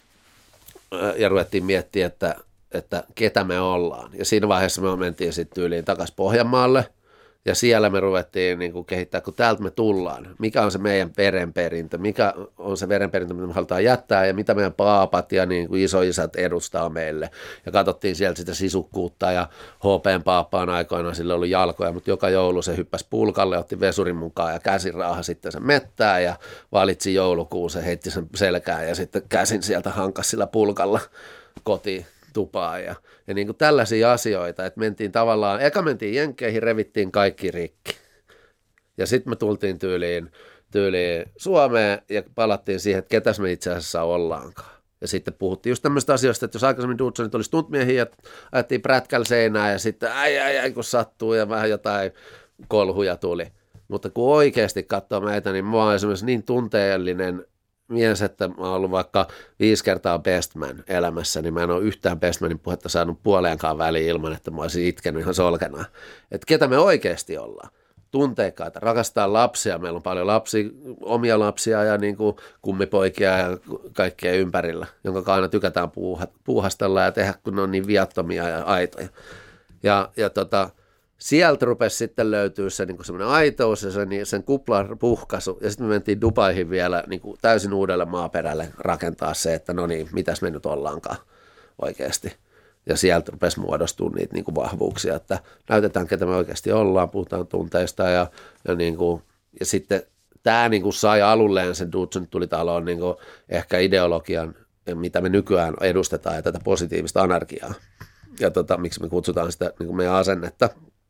ja ruvettiin miettimään, että että ketä me ollaan. Ja siinä vaiheessa me mentiin sitten tyyliin takaisin Pohjanmaalle, ja siellä me ruvettiin niin kuin kehittää, kun täältä me tullaan. Mikä on se meidän verenperintö, mikä on se verenperintö, mitä me halutaan jättää, ja mitä meidän paapat ja niin kuin isoisät edustaa meille. Ja katsottiin sieltä sitä sisukkuutta, ja H P:n paappaan aikoinaan sillä oli jalkoja, mutta joka joulu se hyppäsi pulkalle, otti vesurin mukaan, ja käsin raaha sitten sen mettää, ja valitsi joulukuun, se heitti sen selkään, ja sitten käsin sieltä hankas sillä pulkalla kotiin tupaa ja, ja niin kuin tällaisia asioita, että mentiin tavallaan, eka mentiin Jenkkeihin, revittiin kaikki rikki. Ja sitten me tultiin tyyliin, tyyliin Suomeen ja palattiin siihen, että ketäs me itse asiassa ollaankaan. Ja sitten puhuttiin just tämmöistä asioista, että jos aikaisemmin Dudesonit oli stuntmiehiä, että ajettiin prätkällä seinään ja sitten ai ai ai kun sattuu ja vähän jotain kolhuja tuli. Mutta kun oikeasti katsoo meitä, niin mä oon esimerkiksi niin tunteellinen mies, että mä oon ollut vaikka viisi kertaa bestman elämässä, niin mä en ole yhtään bestmanin puhetta saanut puoleenkaan väliin ilman, että mä olisin itkenyt ihan solkenaan. Että ketä me oikeasti ollaan? Tunteikkaita, rakastaa lapsia, meillä on paljon lapsia, omia lapsia ja niin kuin kummipoikia ja kaikkea ympärillä, jonka aina tykätään puuha, puuhastella ja tehdä, kun ne on niin viattomia ja aitoja. Ja, ja tota, sieltä rupesi sitten löytyä se niin kuin semmoinen aitous ja sen, sen kuplan puhkaisu. Ja sitten me mentiin Dubaihin vielä niin kuin täysin uudelle maaperälle rakentaa se, että no niin, mitäs me nyt ollaankaan oikeasti. Ja sieltä rupesi muodostua niitä niin kuin vahvuuksia, että näytetään, ketä me oikeasti ollaan, puhutaan tunteista. Ja, ja, niin kuin, ja sitten tämä niin kuin sai alulleen sen Dudesonit tuli taloon niin kuin ehkä ideologian, mitä me nykyään edustetaan, ja tätä positiivista anarkiaa. Ja tota, miksi me kutsutaan sitä niin kuin meidän asennetta.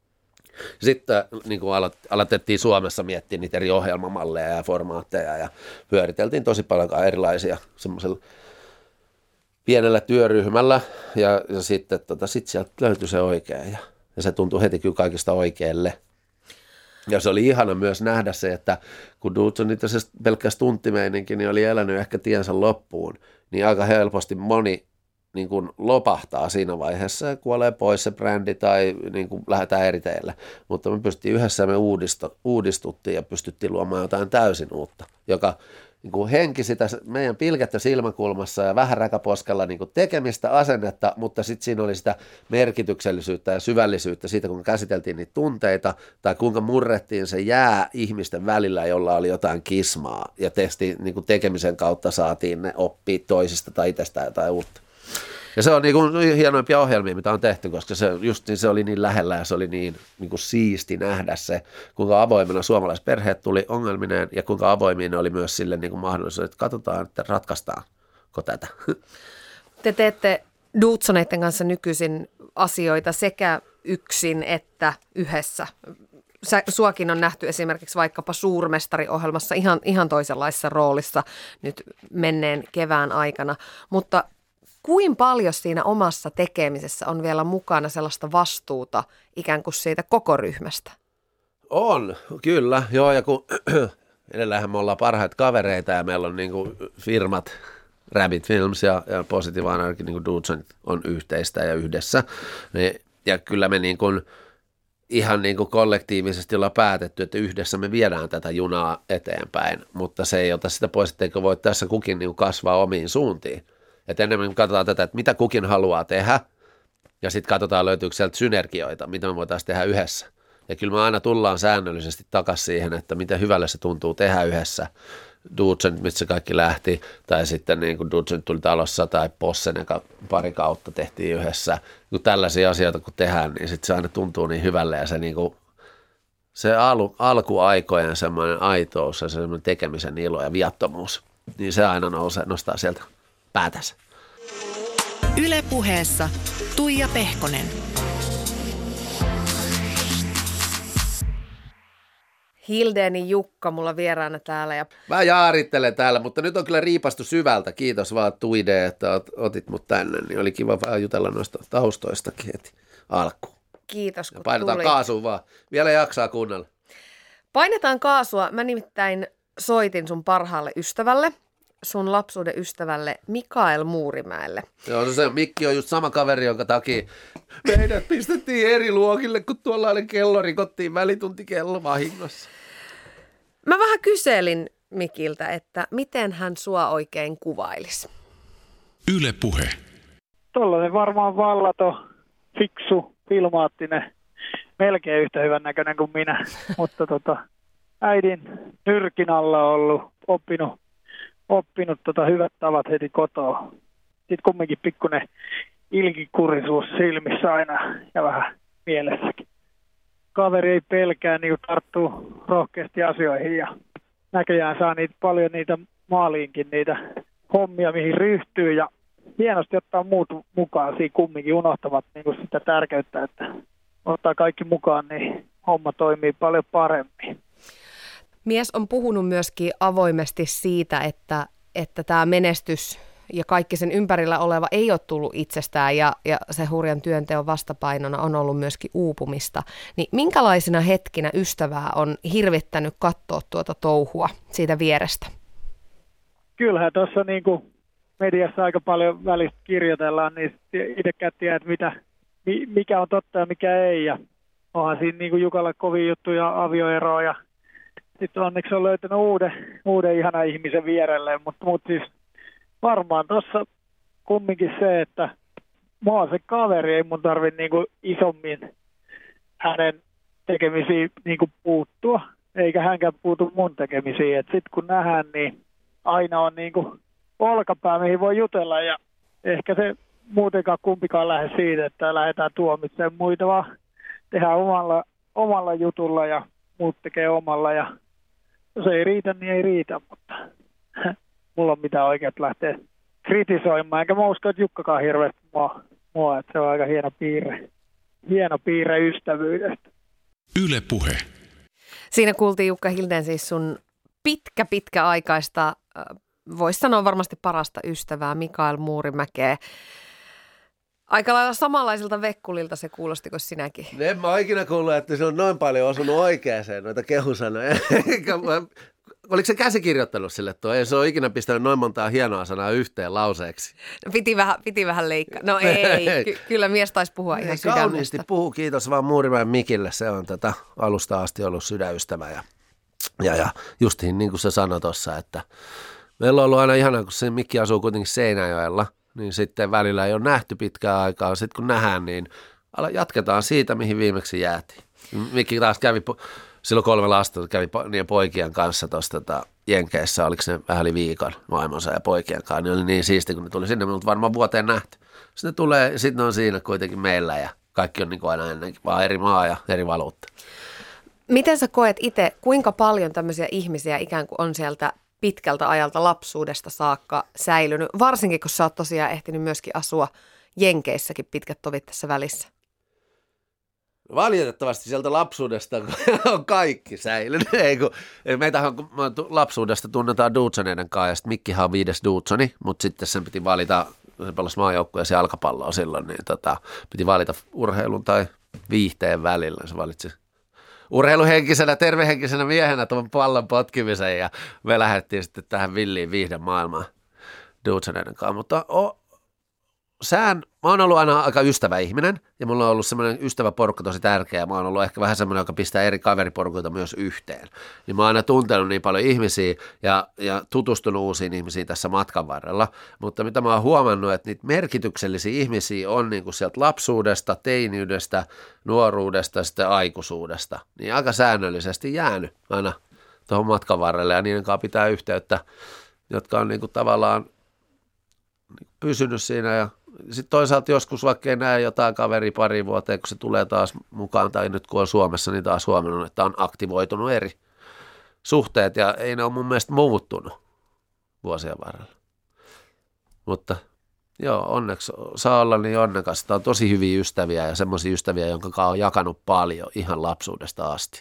Sitten niin kuin aloitettiin Suomessa miettiä niitä eri ohjelmamalleja ja formaatteja ja pyöriteltiin tosi paljon erilaisia semmoisella pienellä työryhmällä ja, ja sitten tota, sit sieltä löytyi se oikea ja, ja se tuntui heti kyllä kaikista oikealle. Ja se oli ihana myös nähdä se, että kun Dudesonit ja se pelkkä stunttimeininki niin oli elänyt ehkä tiensä loppuun, niin aika helposti moni niin kuin lopahtaa siinä vaiheessa ja kuolee pois se brändi tai niin kuin lähdetään eri teille. Mutta me pystyttiin yhdessä, me uudistu, uudistuttiin ja pystyttiin luomaan jotain täysin uutta, joka, niin kuin henki sitä meidän pilkettä silmäkulmassa ja vähän räkäposkella niin kuin tekemistä, asennetta, mutta sitten siinä oli sitä merkityksellisyyttä ja syvällisyyttä siitä, kun käsiteltiin niitä tunteita tai kuinka murrettiin se jää ihmisten välillä, jolla oli jotain kismaa ja testi, niin kuin tekemisen kautta saatiin ne oppia toisista tai itsestään jotain uutta. Ja se on niin kuin hienoimpia ohjelmia, mitä on tehty, koska se, just niin se oli niin lähellä ja se oli niin, niin kuin siisti nähdä se, kuinka avoimena suomalaisperheet tuli ongelmineen ja kuinka avoimia ne oli myös sille niin kuin mahdollisuus, että katsotaan, että ratkaistaanko tätä. Te teette Duutsoneiden kanssa nykyisin asioita sekä yksin että yhdessä. Sä, suakin on nähty esimerkiksi vaikkapa Suurmestari-ohjelmassa ihan, ihan toisenlaisessa roolissa nyt menneen kevään aikana, mutta kuinka paljon siinä omassa tekemisessä on vielä mukana sellaista vastuuta ikään kuin siitä koko ryhmästä? On, kyllä. Joo, ja kun edellähän me ollaan parhaita kavereita ja meillä on niin kuin firmat, Rabbit Films ja, ja Positive Anarchy, niin kuin Duutsonit on yhteistä ja yhdessä. Niin, ja kyllä me niin kuin ihan niin kuin kollektiivisesti ollaan päätetty, että yhdessä me viedään tätä junaa eteenpäin, mutta se ei ota sitä pois, etteikö voi tässä kukin niin kuin kasvaa omiin suuntiin. Että enemmän katsotaan tätä, että mitä kukin haluaa tehdä, ja sitten katsotaan löytyykö sieltä synergioita, mitä me voitaisiin tehdä yhdessä. Ja kyllä me aina tullaan säännöllisesti takaisin siihen, että miten hyvälle se tuntuu tehdä yhdessä. Duutsonit, mistä se kaikki lähti, tai sitten niin kuin Duutsonit tuli talossa, tai Possen, joka pari kautta tehtiin yhdessä. Kun tällaisia asioita kun tehdään, niin sitten se aina tuntuu niin hyvälle, ja se, niin kuin, se al- alkuaikojen semmoinen aitous ja semmoinen tekemisen ilo ja viattomuus, niin se aina nousee, nostaa sieltä päätänsä. Yle Puheessa Tuija Pehkonen. Hildeni Jukka mulla vieraana täällä. Ja... Mä jaarittelen täällä, mutta nyt on kyllä riipastu syvältä. Kiitos vaan Tuide, että ot, otit mut tänne. Niin oli kiva vähän jutella noista taustoistakin heti alkuun. Kiitos kun ja painetaan tulit. kaasua vaan. Vielä jaksaa kuunnella. Painetaan kaasua. Mä nimittäin soitin sun parhaalle ystävälle, sun lapsuuden ystävälle Mikael Muurimäelle. Joo, se Mikki on just sama kaveri, jonka takia meidät pistettiin eri luokille, kun tuollainen kello rikottiin välituntikello vahingossa. Mä vähän kyselin Mikiltä, että miten hän sua oikein kuvailisi. Yle Puhe. Tollainen varmaan vallaton, fiksu, filmaattinen, melkein yhtä hyvän näköinen kuin minä, mutta tota, äidin nyrkin alla on ollut, oppinut, oppinut tota hyvät tavat heti kotoa. Sitten kumminkin pikkuinen ilkikurisuus silmissä aina ja vähän mielessäkin. Kaveri ei pelkää, niin tarttuu rohkeasti asioihin ja näköjään saa niitä, paljon niitä maaliinkin, niitä hommia, mihin ryhtyy ja hienosti ottaa muut mukaan siinä kumminkin, unohtavat niin kuin sitä tärkeyttä, että ottaa kaikki mukaan, niin homma toimii paljon paremmin. Mies on puhunut myöskin avoimesti siitä, että, että tämä menestys ja kaikki sen ympärillä oleva ei ole tullut itsestään ja, ja se hurjan työnteon vastapainona on ollut myöskin uupumista. Niin minkälaisina hetkinä ystävää on hirvittänyt katsoa tuota touhua siitä vierestä? Kyllähän tuossa niin kuin mediassa aika paljon välistä kirjoitellaan, niin itsekään tiedät, että mitä, mikä on totta ja mikä ei. Ja onhan siinä niin kuin Jukalla kovin juttuja, avioeroa ja sitten onneksi on löytänyt uuden, uuden ihanan ihmisen vierelleen, mutta mut siis varmaan tuossa kumminkin se, että mä oon se kaveri, ei mun tarvitse niinku isommin hänen tekemisiin niinku puuttua, eikä hänkään puutu mun tekemisiin. Sitten kun nähdään, niin aina on niinku olkapää, mihin voi jutella ja ehkä se muutenkaan kumpikaan lähde siitä, että lähdetään tuomitsemaan muita, vaan tehdään omalla, omalla jutulla ja muut tekee omalla ja jos ei riitä, niin ei riitä, mutta mulla on mitään oikeat lähteä kritisoimaan, enkä mä usko, että Jukkakaan hirveästi mua, mua, että se on aika hieno piirre, hieno piirre ystävyydestä. Yle Puhe. Siinä kuultiin Jukka Hilden siis sun pitkä, pitkä aikaista, voisi sanoa varmasti parasta ystävää Mikael Muurimäkeä. Aika lailla samanlaiselta vekkulilta se kuulosti kuin sinäkin. En mä ikinä kuullut, että se on noin paljon osunut oikeeseen noita kehusanoja. Oliko se käsikirjoittanut sille tuo? Ei se ole ikinä pistänyt noin montaa hienoa sanaa yhteen lauseeksi. No, piti vähän, piti vähän leikkaa. No ei, ky- kyllä mies taisi puhua ihan sydämestä. Kauniisti puhuu, kiitos vaan Muurimäen Mikille. Se on tätä alusta asti ollut sydänystävä ja Ja, ja justiin niin kuin se sanoi tuossa, että meillä on ollut aina ihanaa, kun se Mikki asuu kuitenkin Seinäjoella, niin sitten välillä ei ole nähty pitkään aikaa. Sitten kun nähdään, niin jatketaan siitä, mihin viimeksi jäätiin. Mikki taas kävi, silloin kolme lasta kävi niiden poikien kanssa tuossa tota, Jenkeissä, oliko se vähän yli viikon vaimonsa ja poikien kanssa, niin oli niin siisti, kun ne tuli sinne, mutta varmaan vuoteen nähty. Sitten ne tulee, sitten ne on siinä kuitenkin meillä ja kaikki on niin kuin aina ennenkin, vaan eri maa ja eri valuutta. Miten sä koet itse, kuinka paljon tämmöisiä ihmisiä ikään kuin on sieltä pitkältä ajalta lapsuudesta saakka säilynyt, varsinkin kun sä oot tosiaan ehtinyt myöskin asua Jenkeissäkin pitkät tovit tässä välissä? Valitettavasti sieltä lapsuudesta on kaikki säilynyt. Ei, kun, meitähän lapsuudesta tunnetaan Duutsoneiden kanssa, ja sitten Mikkihan on viides Duutsoni, mutta sitten sen piti valita, se pelasi maajoukkueeseen jalkapalloa silloin, niin tota, piti valita urheilun tai viihteen välillä. Se valitsi urheiluhenkisenä, tervehenkisenä miehenä tuon pallon potkimisen, ja me lähdettiin sitten tähän villiin viihdemaailmaan Duutsoneiden kanssa, mutta o, sään, mä oon ollut aina aika ystävä ihminen ja mulla on ollut semmoinen ystäväporukka tosi tärkeä. Mä oon ollut ehkä vähän semmoinen, joka pistää eri kaveriporukoita myös yhteen. Niin mä oon aina tuntenut niin paljon ihmisiä ja, ja tutustunut uusiin ihmisiin tässä matkan varrella. Mutta mitä mä oon huomannut, että niitä merkityksellisiä ihmisiä on niin kuin sieltä lapsuudesta, teiniydestä, nuoruudesta ja sitten aikuisuudesta. Niin aika säännöllisesti jäänyt aina tuohon matkan varrelle ja niiden kanssa pitää yhteyttä, jotka on niin kuin tavallaan pysynyt siinä ja sitten toisaalta joskus vaikka ei näe jotain kaveri pari vuoteen, kun se tulee taas mukaan tai nyt kun on Suomessa, niin taas huomannut, että on aktivoitunut eri suhteet ja ei ne ole mun mielestä muuttunut vuosien varrella. Mutta joo, onneksi saa olla niin onnekas. Tämä on tosi hyviä ystäviä ja semmoisia ystäviä, jonka kanssa on jakanut paljon ihan lapsuudesta asti.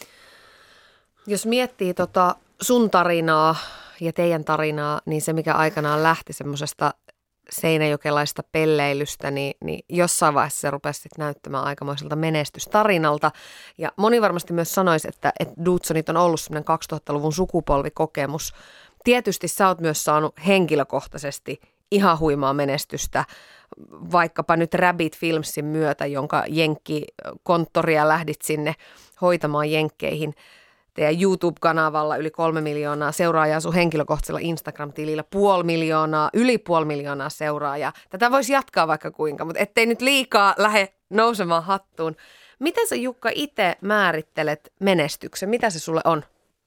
Jos miettii tota sun tarinaa ja teidän tarinaa, niin se mikä aikanaan lähti semmoisesta seinäjokelaista pelleilystä, niin, niin jossain vaiheessa se rupesi näyttämään aikamoiselta menestystarinalta. Ja moni varmasti myös sanoisi, että, että Duutsonit on ollut semmoinen kaksituhattaluvun sukupolvikokemus. Tietysti sä oot myös saanut henkilökohtaisesti ihan huimaa menestystä, vaikkapa nyt Rabbit Filmsin myötä, jonka Jenkki-konttoria lähdit sinne hoitamaan Jenkkeihin. Teidän YouTube-kanavalla yli kolme miljoonaa seuraajaa, sun henkilökohtaisella Instagram-tilillä puoli miljoonaa, yli puoli miljoonaa seuraajaa. Tätä voisi jatkaa vaikka kuinka, mutta ettei nyt liikaa lähde nousemaan hattuun. Miten sä, Jukka, itse määrittelet menestyksen? Mitä se sulle on?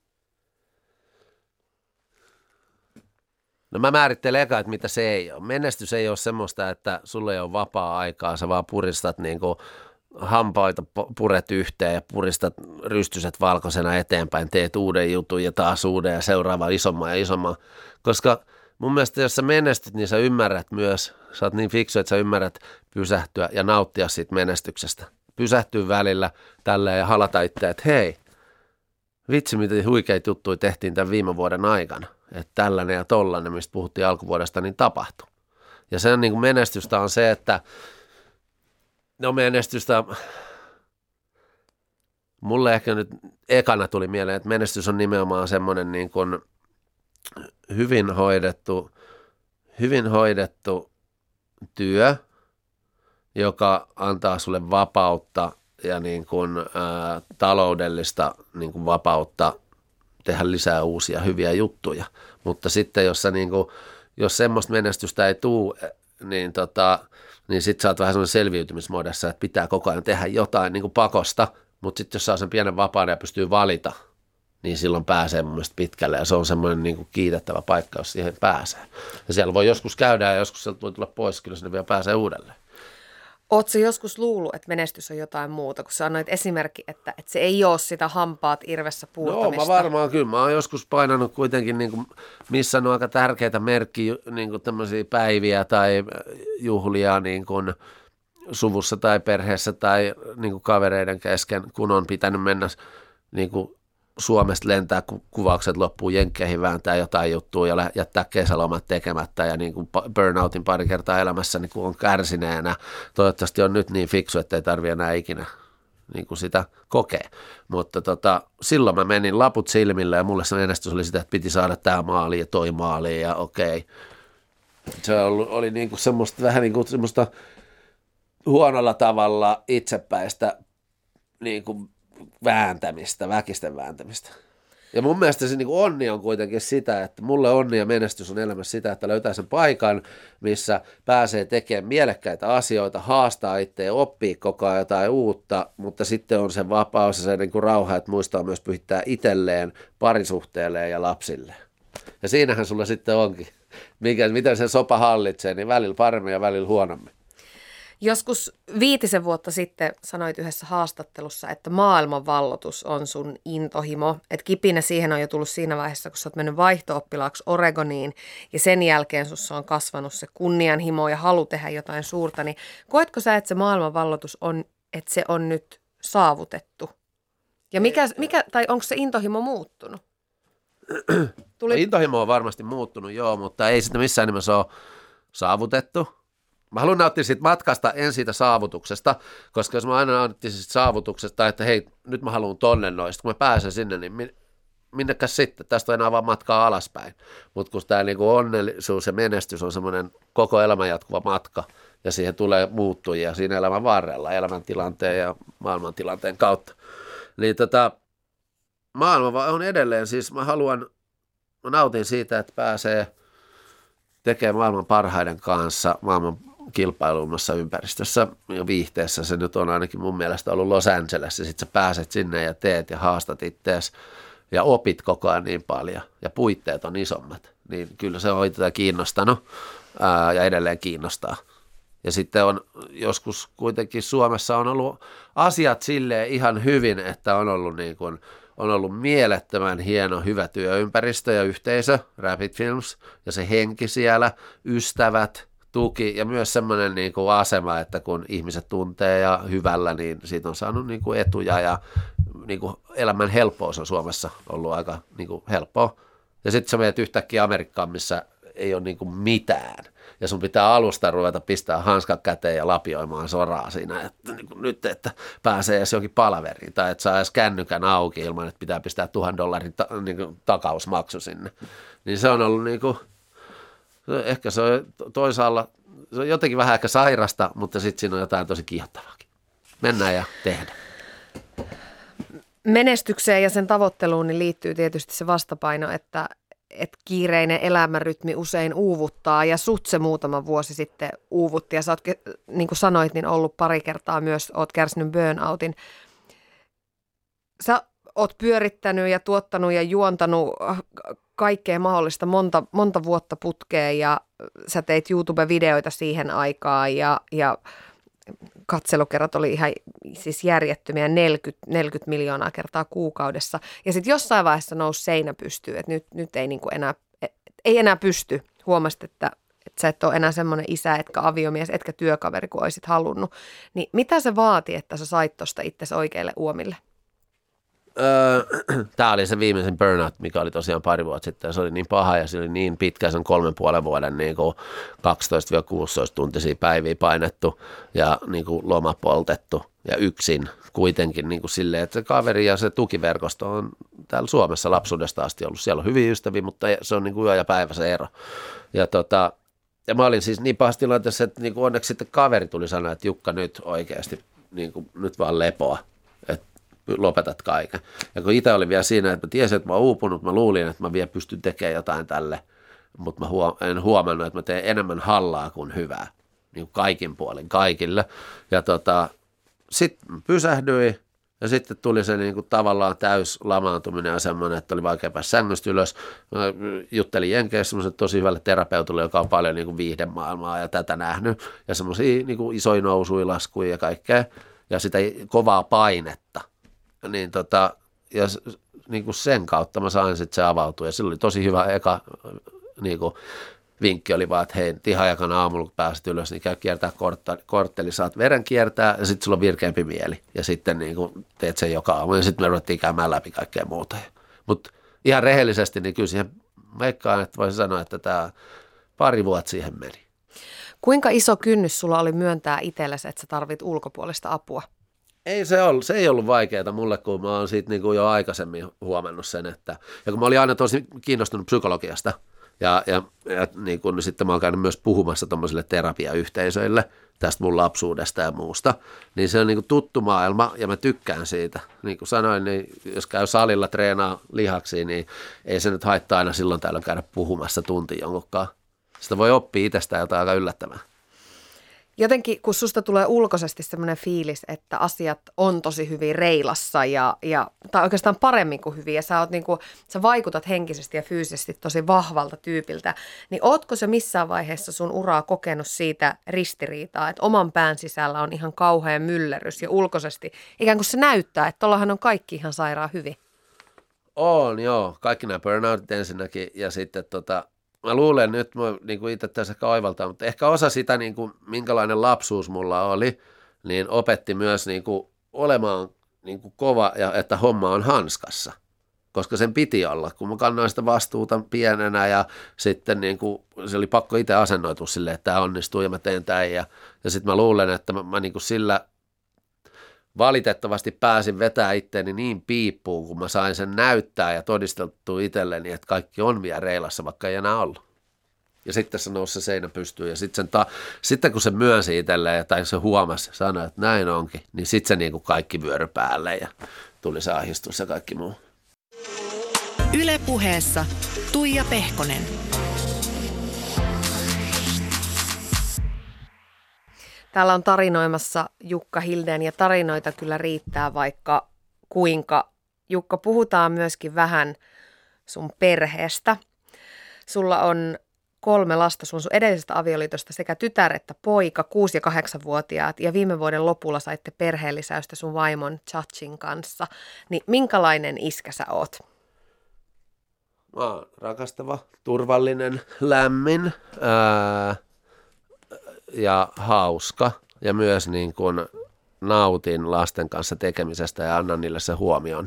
No mä määrittelen eka, että mitä se ei ole. Menestys ei ole semmoista, että sulle ei ole vapaa-aikaa, sä vaan puristat niin kuin hampaita puret yhteen ja puristat rystyset valkoisena eteenpäin, teet uuden jutun ja taas uuden ja seuraavan isomman ja isomman. Koska mun mielestä jos sä menestyt, niin sä ymmärrät myös, sä oot niin fiksu, että sä ymmärrät pysähtyä ja nauttia siitä menestyksestä. Pysähtyä välillä tälleen ja halata itseä, että hei, vitsi miten huikeita juttuja tehtiin tämän viime vuoden aikana. Että tällainen ja tollainen, mistä puhuttiin alkuvuodesta, niin tapahtui. Ja sen niin kuin menestystä on se, että no menestystä, mulle ehkä nyt ekana tuli mieleen, että menestys on nimenomaan semmoinen niin kuin hyvin hoidettu, hyvin hoidettu työ, joka antaa sulle vapautta ja niin kuin, ää, taloudellista niin kuin vapautta tehdä lisää uusia hyviä juttuja. Mutta sitten jos, sä niin kuin, jos semmoista menestystä ei tule, niin tota... niin sitten sä oot vähän semmoinen selviytymismuodossa, että pitää koko ajan tehdä jotain niin kuin pakosta, mutta sitten jos saa sen pienen vapaan ja pystyy valita, niin silloin pääsee mun mielestä pitkälle ja se on semmoinen niin kuin kiitettävä paikka, jos siihen pääsee. Ja siellä voi joskus käydä ja joskus sieltä voi tulla pois, kyllä sinne vielä pääsee uudelleen. Ootko joskus luullut, että menestys on jotain muuta, kun sä annoit esimerkki, että, että se ei ole sitä hampaat irvessä puurtamista? No mä varmaan kyllä. Mä oon joskus painanut kuitenkin, niin kuin, missä on aika tärkeitä merkkiä, niin kuin tämmöisiä päiviä tai juhlia niin kuin suvussa tai perheessä tai niin kuin kavereiden kesken, kun on pitänyt mennä niin kuin Suomesta lentää, kun kuvaukset loppuu Jenkkeihin, vääntää jotain juttua ja jättää kesälomat tekemättä ja niin kuin burnoutin pari kertaa elämässä niin kuin on kärsineenä. Toivottavasti on nyt niin fiksu, että ei tarvitse enää ikinä niin kuin sitä kokea. Mutta tota, silloin mä menin laput silmillä ja mulle se menestys oli sitä, että piti saada tämä maali ja toi maali ja okei. Se oli, oli niin kuin semmoista, vähän niin kuin semmoista huonolla tavalla itsepäistä niin kuin vääntämistä, väkisten vääntämistä. Ja mun mielestä se niin kuin onni on kuitenkin sitä, että mulle onni ja menestys on elämässä sitä, että löytää sen paikan, missä pääsee tekemään mielekkäitä asioita, haastaa itseä, oppii koko ajan jotain uutta, mutta sitten on se vapaus ja se niin kuin rauha, että muistaa myös pyhittää itselleen, parisuhteelleen ja lapsilleen. Ja siinähän sulla sitten onkin, mikä, miten sen sopa hallitsee, niin välillä paremmin ja välillä huonommin. Joskus viitisen vuotta sitten sanoit yhdessä haastattelussa, että maailmanvalloitus on sun intohimo. Että kipinä siihen on jo tullut siinä vaiheessa, kun sä oot mennyt vaihto-oppilaaksi Oregoniin ja sen jälkeen sussa on kasvanut se kunnianhimo ja halu tehdä jotain suurta. Niin koetko sä, että se maailmanvalloitus on, että se on nyt saavutettu? Ja mikä, mikä tai onko se intohimo muuttunut? Tuli... Intohimo on varmasti muuttunut, joo, mutta ei sitä missään nimessä ole saavutettu. Mä haluan nauttia siitä matkasta, en siitä saavutuksesta, koska jos mä aina nauttisin siitä saavutuksesta, että hei, nyt mä haluan tonne noista, kun mä pääsen sinne, niin minnekäs sitten, tästä on enää vaan matkaa alaspäin. Mutta kun tämä niinku onnellisuus ja menestys on semmoinen koko elämän jatkuva matka, ja siihen tulee muuttujia siinä elämän varrella, elämäntilanteen ja maailmantilanteen kautta, niin tota, maailma on edelleen, siis mä haluan, mä nautin siitä, että pääsee tekemään maailman parhaiden kanssa, maailman kilpailummassa ympäristössä ja viihteessä. Se nyt on ainakin mun mielestä ollut Los Angeles. Sitten sä pääset sinne ja teet ja haastat ittees ja opit koko ajan niin paljon ja puitteet on isommat. Niin kyllä se on tätä kiinnostanut ää, ja edelleen kiinnostaa. Ja sitten on joskus kuitenkin Suomessa on ollut asiat silleen ihan hyvin, että on ollut niin kuin on ollut mielettömän hieno, hyvä työympäristö ja yhteisö, Rapid Films, ja se henki siellä, ystävät, tuki ja myös semmoinen niin kuin asema, että kun ihmiset tuntee ja hyvällä, niin siitä on saanut niin kuin etuja ja niin kuin elämän helppous on Suomessa ollut aika niin kuin helppoa. Ja sitten sä menet yhtäkkiä Amerikkaan, missä ei ole niin kuin mitään. Ja sun pitää alusta ruveta pistää hanskat käteen ja lapioimaan soraa siinä, että niin kuin nyt, että pääsee edes johonkin palaveriin tai että saa edes kännykän auki ilman, että pitää pistää tuhan dollarin ta, niin kuin takausmaksu sinne. Niin se on ollut niin kuin, ehkä se on toisaalla, se on jotenkin vähän ehkä sairasta, mutta sitten siinä on jotain tosi kiihottavaakin. Mennään ja tehdään. Menestykseen ja sen tavoitteluun niin liittyy tietysti se vastapaino, että että kiireinen elämänrytmi usein uuvuttaa ja sut se muutama vuosi sitten uuvutti ja sä oot, niin kuin sanoit, niin ollut pari kertaa myös, oot kärsinyt burnoutin. Sä oot pyörittänyt ja tuottanut ja juontanut kaikkea mahdollista monta, monta vuotta putkeen ja sä teit YouTube-videoita siihen aikaan ja, ja katselukerrat oli ihan siis järjettömiä neljäkymmentä, neljäkymmentä miljoonaa kertaa kuukaudessa. Ja sitten jossain vaiheessa nousi seinä pystyyn, että nyt, nyt ei, niinku enää, ei enää pysty. Huomasit, että, että sä et ole enää semmoinen isä, etkä aviomies, etkä työkaveri kuin olisit halunnut. Niin mitä se vaati, että sä sait tuosta itsesi oikeille uomille? Öö, Tämä oli se viimeisen burnout, mikä oli tosiaan pari vuotta sitten. Se oli niin paha ja se oli niin pitkä, sen kolmen puolen vuoden niin kuin kaksitoista kuusitoista tuntisia päiviä painettu ja niin kuin loma poltettu ja yksin kuitenkin niin kuin silleen, että se kaveri ja se tukiverkosto on täällä Suomessa lapsuudesta asti ollut. Siellä on hyviä ystäviä, mutta se on niin kuin yö ja päivä se ero. Ja, tota, ja mä olin siis niin pahassa tilanteessa, että niin kuin onneksi sitten kaveri tuli sanoa, että Jukka nyt oikeasti niin kuin, nyt vaan lepoa. Lopetat kaiken. Ja kun itse olin vielä siinä, että mä tiesin, että mä oon uupunut, mä luulin, että mä vielä pystyn tekemään jotain tälle, mutta mä huom- en huomannut, että mä teen enemmän hallaa kuin hyvää, niin kuin kaikin puolin kaikille. Ja tota, sitten pysähdyin ja sitten tuli se niin kuin tavallaan täys lamaantuminen ja semmoinen, että oli vaikea päästä sängystä ylös. Mä juttelin Jenkeissä semmoiselle tosi hyvälle terapeutille, joka on paljon niin kuin viihdemaailmaa ja tätä nähnyt ja semmoisia niin kuin isoja nousuja, laskuja ja kaikkea ja sitä kovaa painetta. Niin tota, ja niin kuin sen kautta mä sain sitten se avautua ja sillä oli tosi hyvä eka niin kuin vinkki oli vaan, että hei, tihajakana aamulla kun pääset ylös, niin käy kiertää kortteli, saat veren kiertää ja sitten sulla on virkeämpi mieli ja sitten niin kuin teet sen joka aamu ja sitten me ruvettiin käymään läpi kaikkea muuta. Mutta ihan rehellisesti niin kyllä siihen meikkaan, että voisin sanoa, että tämä pari vuotta siihen meni. Kuinka iso kynnys sulla oli myöntää itsellesi, että sä tarvit ulkopuolista apua? Ei se, ollut, se ei ollut vaikeaa mulle, kun mä oon siitä niin kuin jo aikaisemmin huomannut sen, että ja kun mä olin aina tosi kiinnostunut psykologiasta, Ja, ja, ja niin kun, sitten mä oon käynyt myös puhumassa tuommoisille terapiayhteisöille tästä mun lapsuudesta ja muusta. Niin se on niin kuin tuttu maailma ja mä tykkään siitä. Niin kuin sanoin, niin jos käy salilla treenaa lihaksi, niin ei se nyt haittaa aina silloin tällöin käydä puhumassa tunti jonkunkaan. Sitä voi oppia itsestään jotain aika yllättävää. Jotenkin, kun susta tulee ulkoisesti semmoinen fiilis, että asiat on tosi hyvin reilassa ja, ja tai oikeastaan paremmin kuin hyvin, ja sä, oot niinku, sä vaikutat henkisesti ja fyysisesti tosi vahvalta tyypiltä, niin ootko sä missään vaiheessa sun uraa kokenut siitä ristiriitaa, että oman pään sisällä on ihan kauhea myllerrys ja ulkoisesti ikään kuin se näyttää, että tollahan on kaikki ihan sairaan hyvin? On, joo. Kaikki nämä burnoutit ensinnäkin ja sitten tota, mä luulen nyt, mä niin itse tässä kaivaltaa, mutta ehkä osa sitä, niin kuin, minkälainen lapsuus mulla oli, niin opetti myös niin kuin, olemaan niin kuin, kova ja että homma on hanskassa, koska sen piti olla, kun mä kannoin sitä vastuuta pienenä ja sitten niin kuin, se oli pakko itse asennoitua silleen, että tämä onnistuu ja mä teen tämän ja, ja sitten mä luulen, että mä, mä niin kuin sillä valitettavasti pääsin vetää itteeni niin piippuun, kun mä sain sen näyttää ja todisteltua itselleni, että kaikki on vielä reilassa, vaikka ei enää ollut. Ja sitten se nousi se seinä pystyyn ja sitten, ta- sitten kun se myönsi itselleen tai se huomasi, sanoi, että näin onkin, niin sitten se niin kuin kaikki vyöry päälle ja tuli se ahdistus ja kaikki muu. Yle Puheessa Tuija Pehkonen. Täällä on tarinoimassa Jukka Hildén ja tarinoita kyllä riittää vaikka kuinka. Jukka, puhutaan myöskin vähän sun perheestä. Sulla on kolme lasta sun, sun edellisestä avioliitosta, sekä tytär että poika, kuusi- ja kahdeksanvuotiaat, ja viime vuoden lopulla saitte perheellisäystä sun vaimon Chachin kanssa. Niin minkälainen iskä sä oot? Mä oon rakastava, turvallinen, lämmin ää, ja hauska ja myös niin kuin nautin lasten kanssa tekemisestä ja annan niille se huomioon.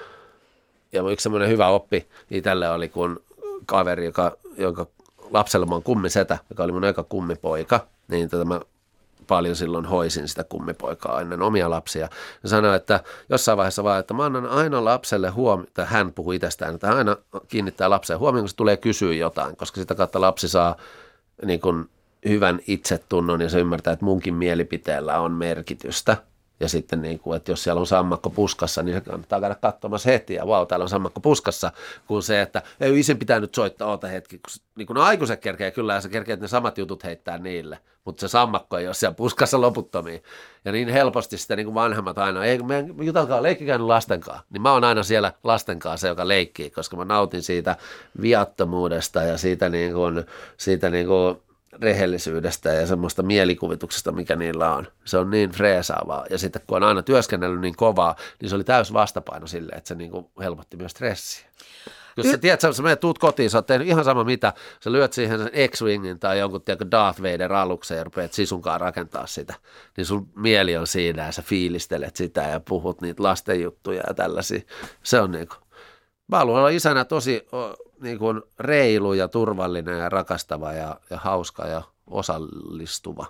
Ja yksi semmoinen hyvä oppi itselle oli, kun kaveri, joka, jonka lapsella mä oon kummisetä, joka oli mun eka kummipoika, niin tota mä paljon silloin hoisin sitä kummipoikaa ennen omia lapsia. Ja sanoi, että jossain vaiheessa vaan, että mä annan aina lapselle huomioon, tai hän puhuu itsestään, että aina kiinnittää lapseen huomioon, kun se tulee kysyä jotain, koska sitä kautta lapsi saa niin kuin hyvän itsetunnon ja se ymmärtää, että munkin mielipiteellä on merkitystä. Ja sitten, niin kuin, että jos siellä on sammakko puskassa, niin se kannattaa käydä katsomassa heti. Ja vau, täällä on sammakko puskassa, kuin se, että ei isin pitää nyt soittaa, oota hetki. Kun, niin kuin no aikuiset kerkee kyllä, ja se kerkee, että ne samat jutut heittää niille. Mutta se sammakko ei ole siellä puskassa loputtomiin. Ja niin helposti sitä niin kuin vanhemmat aina, ei me jutelkaa, leikkikää nyt lastenkaan. Niin mä oon aina siellä lastenkaan se, joka leikkii, koska mä nautin siitä viattomuudesta ja siitä, niin kuin, siitä niin kuin rehellisyydestä ja semmoista mielikuvituksesta, mikä niillä on. Se on niin freesaavaa. Ja sitten kun on aina työskennellyt niin kovaa, niin se oli täys vastapaino sille, että se niin kuin helpotti myös stressiä. Jos sä tiedät, sä menet tuut kotiin, sä oot tehnyt ihan sama mitä, sä lyöt siihen sen X-Wingin tai jonkun tiedätkö Darth Vader alukseen ja rupeat sisunkaan rakentaa sitä, niin sun mieli on siinä ja sä fiilistelet sitä ja puhut niitä lasten juttuja ja tällaisia. Se on niin kuin, mä haluan olla isänä tosi niin kuin reilu ja turvallinen ja rakastava ja, ja hauska ja osallistuva.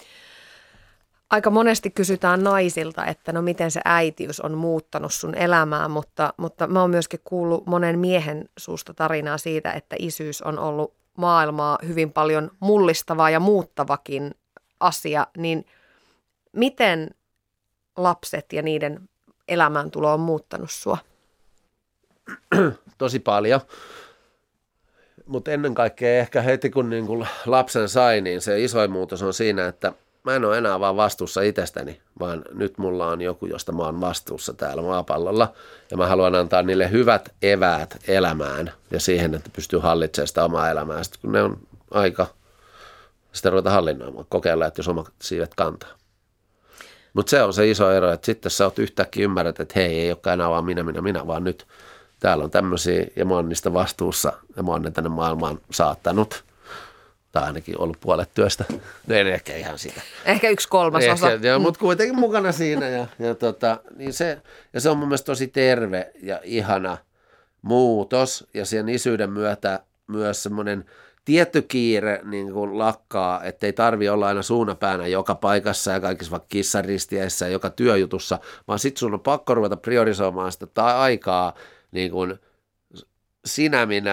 Aika monesti kysytään naisilta, että no miten se äitiys on muuttanut sun elämää, mutta, mutta mä oon myöskin kuullut monen miehen suusta tarinaa siitä, että isyys on ollut maailmaa hyvin paljon mullistavaa ja muuttavakin asia, niin miten lapset ja niiden elämäntulo on muuttanut sua? Tosi paljon, mutta ennen kaikkea ehkä heti kun niin kun lapsen sai, niin se isoin muutos on siinä, että mä en ole enää vaan vastuussa itsestäni, vaan nyt mulla on joku, josta mä oon vastuussa täällä maapallolla. Ja mä haluan antaa niille hyvät eväät elämään ja siihen, että pystyy hallitsemaan sitä omaa elämää. Sitten kun ne on aika, sitä ruveta hallinnoimaan, kokeilla, että jos omat siivet kantaa. Mutta se on se iso ero, että sitten sä oot yhtäkkiä ymmärrät, että hei, ei olekaan enää vaan minä, minä, minä, vaan nyt täällä on tämmöisiä ja mä oon niistä vastuussa ja mä oon ne tänne maailmaan saattanut. Tai ainakin ollut puolet työstä. No ei ehkä ihan sitä. Ehkä yksi kolmasosa. Ehkä, joo, mutta kuitenkin mukana siinä. Ja, ja, tota, niin se, ja se on mun mielestä tosi terve ja ihana muutos. Ja sen isyyden myötä myös semmoinen tietty kiire niin kuin lakkaa, ettei tarvi olla aina suunapäänä joka paikassa ja kaikissa vaikka kissaristeissä ja joka työjutussa, vaan sitten sun on pakko ruveta priorisoimaan sitä tai aikaa niin kuin sinä minään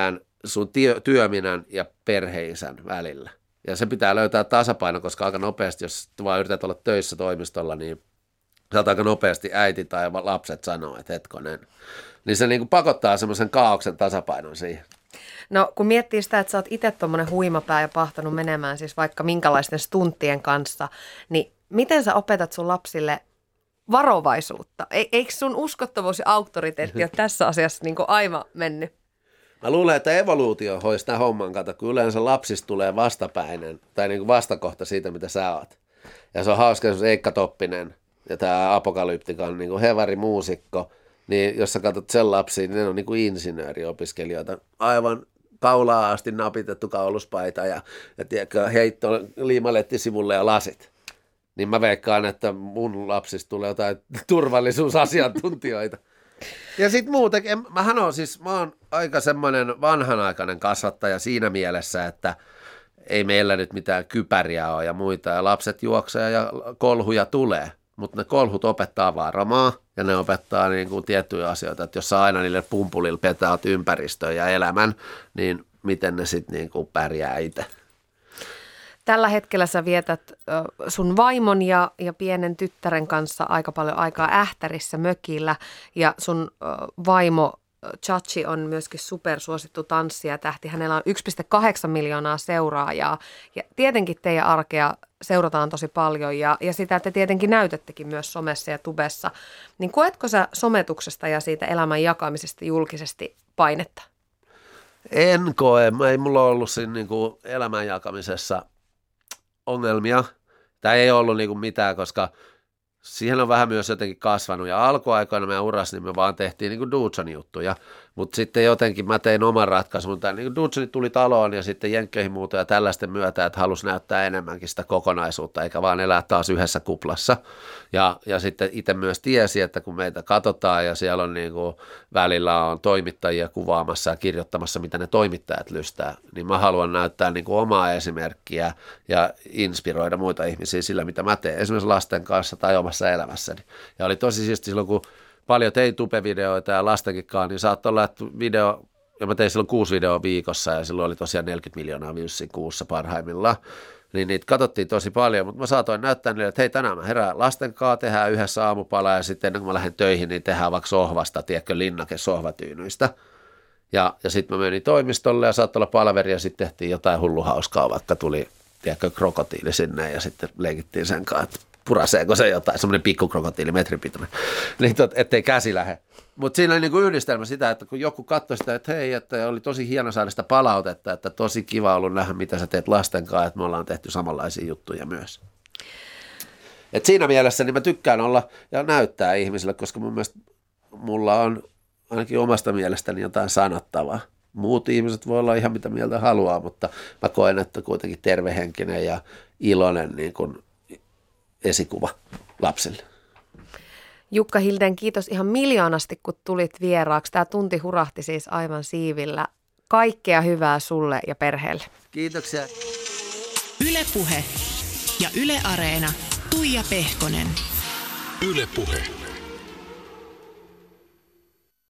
sun työ, työminän ja perheisän välillä. Ja se pitää löytää tasapaino, koska aika nopeasti, jos vaan yrität olla töissä toimistolla, niin saat aika nopeasti äiti tai lapset sanoo, että hetkonen. Niin se niin kuin pakottaa semmoisen kaaoksen tasapainon siihen. No kun miettii sitä, että sä oot itse tommonen huimapää ja pahtanut menemään siis vaikka minkälaisten stunttien kanssa, niin miten sä opetat sun lapsille varovaisuutta? E- eikö sun uskottavuus ja auktoriteetti ole tässä asiassa niin kuin aivan mennyt? Mä luulen, että evoluutio hoisi tämän homman kato, kun yleensä lapsista tulee vastapäinen tai niin kuin vastakohta siitä, mitä sä oot. Ja se on hauska, jos Eikka Toppinen ja tämä Apokalyptikan niin kuin hevari-muusikko, niin jos sä katsot sen lapsia, niin ne on niin kuin insinööriopiskelijoita. Aivan kaulaa asti napitettu kauluspaita ja, ja tiedätkö, heitto liimaletisivulle ja lasit. Niin mä veikkaan, että mun lapsista tulee jotain turvallisuusasiantuntijoita. Ja sitten muutenkin, mähän on siis, mä oon aika semmoinen vanhanaikainen kasvattaja siinä mielessä, että ei meillä nyt mitään kypäriä ole ja muita, ja lapset juoksee ja kolhuja tulee, mutta ne kolhut opettaa varomaa ja ne opettaa niin kuin tiettyjä asioita, että jos sä aina niille pumpulille petaat ympäristöön ja elämän, niin miten ne sitten niin kuin pärjää itse. Tällä hetkellä sä vietät sun vaimon ja, ja pienen tyttären kanssa aika paljon aikaa Ähtärissä mökillä ja sun vaimo Chachi on myöskin supersuosittu tanssijatähti. Hänellä on yksi pilkku kahdeksan miljoonaa seuraajaa ja tietenkin teidän arkea seurataan tosi paljon ja, ja sitä te tietenkin näytättekin myös somessa ja tubessa. Niin koetko sä sometuksesta ja siitä elämän jakamisesta julkisesti painetta? En koe. Ei mulla ole ollut siinä niin kuin elämän jakamisessa ongelmia. Tämä ei ollut niin kuin mitään, koska siihen on vähän myös jotenkin kasvanut. Ja alkuaikoina meidän urassa niin me vaan tehtiin niin kuin Dudsonin juttuja. Mutta sitten jotenkin mä tein oman ratkaisun. Tämä niin kuin Dudsonit tuli taloon ja sitten jenkkeihin muuta ja tällaisten myötä, että halusi näyttää enemmänkin sitä kokonaisuutta, eikä vaan elää taas yhdessä kuplassa. Ja, ja sitten itse myös tiesi, että kun meitä katsotaan ja siellä on niin kuin välillä on toimittajia kuvaamassa ja kirjoittamassa, mitä ne toimittajat lystää, niin mä haluan näyttää niin kuin omaa esimerkkiä ja inspiroida muita ihmisiä sillä, mitä mä teen, esimerkiksi lasten kanssa tai omassa elämässäni. Ja oli tosi siisti silloin, kun paljon tein tubevideoita ja lastenkinkaan, niin saattoi olla, että video, ja mä tein silloin kuusi videoa viikossa, ja silloin oli tosiaan neljäkymmentä miljoonaa viewsia kuussa parhaimmillaan, niin niitä katsottiin tosi paljon, mutta mä saatoin näyttää niille, että hei, tänään mä herään lasten kanssa, tehdään yhdessä aamupala, ja sitten ennen kuin mä lähden töihin, niin tehdään vaikka sohvasta, tiedätkö, linnake sohvatyynyistä. Ja, ja sitten mä menin toimistolle, ja saattoi olla palveri, ja sitten tehtiin jotain hulluhauskaa, vaikka tuli, tiedätkö, krokotiili sinne, ja sitten leikittiin sen kanssa, että puraseeko se jotain, semmoinen pikkukrokotiili, metrinpituinen, niin tot, ettei käsi lähde. Mutta siinä oli niinku yhdistelmä sitä, että kun joku katsoi sitä, että hei, että oli tosi hieno saada sitä palautetta, että tosi kiva ollut nähdä, mitä sä teet lasten kanssa, että me ollaan tehty samanlaisia juttuja myös. Et siinä mielessä niin mä tykkään olla ja näyttää ihmisille, koska mun mielestä mulla on ainakin omasta mielestäni jotain sanottavaa. Muut ihmiset voi olla ihan mitä mieltä haluaa, mutta mä koen, että kuitenkin tervehenkinen ja iloinen niin kuin esikuva lapsille. Jukka Hildén, kiitos ihan miljoonasti, kun tulit vieraaksi. Tämä tunti hurahti siis aivan siivillä. Kaikkea hyvää sulle ja perheelle. Kiitoksia. Yle Puhe ja Yle Areena. Tuija Pehkonen. Yle Puhe.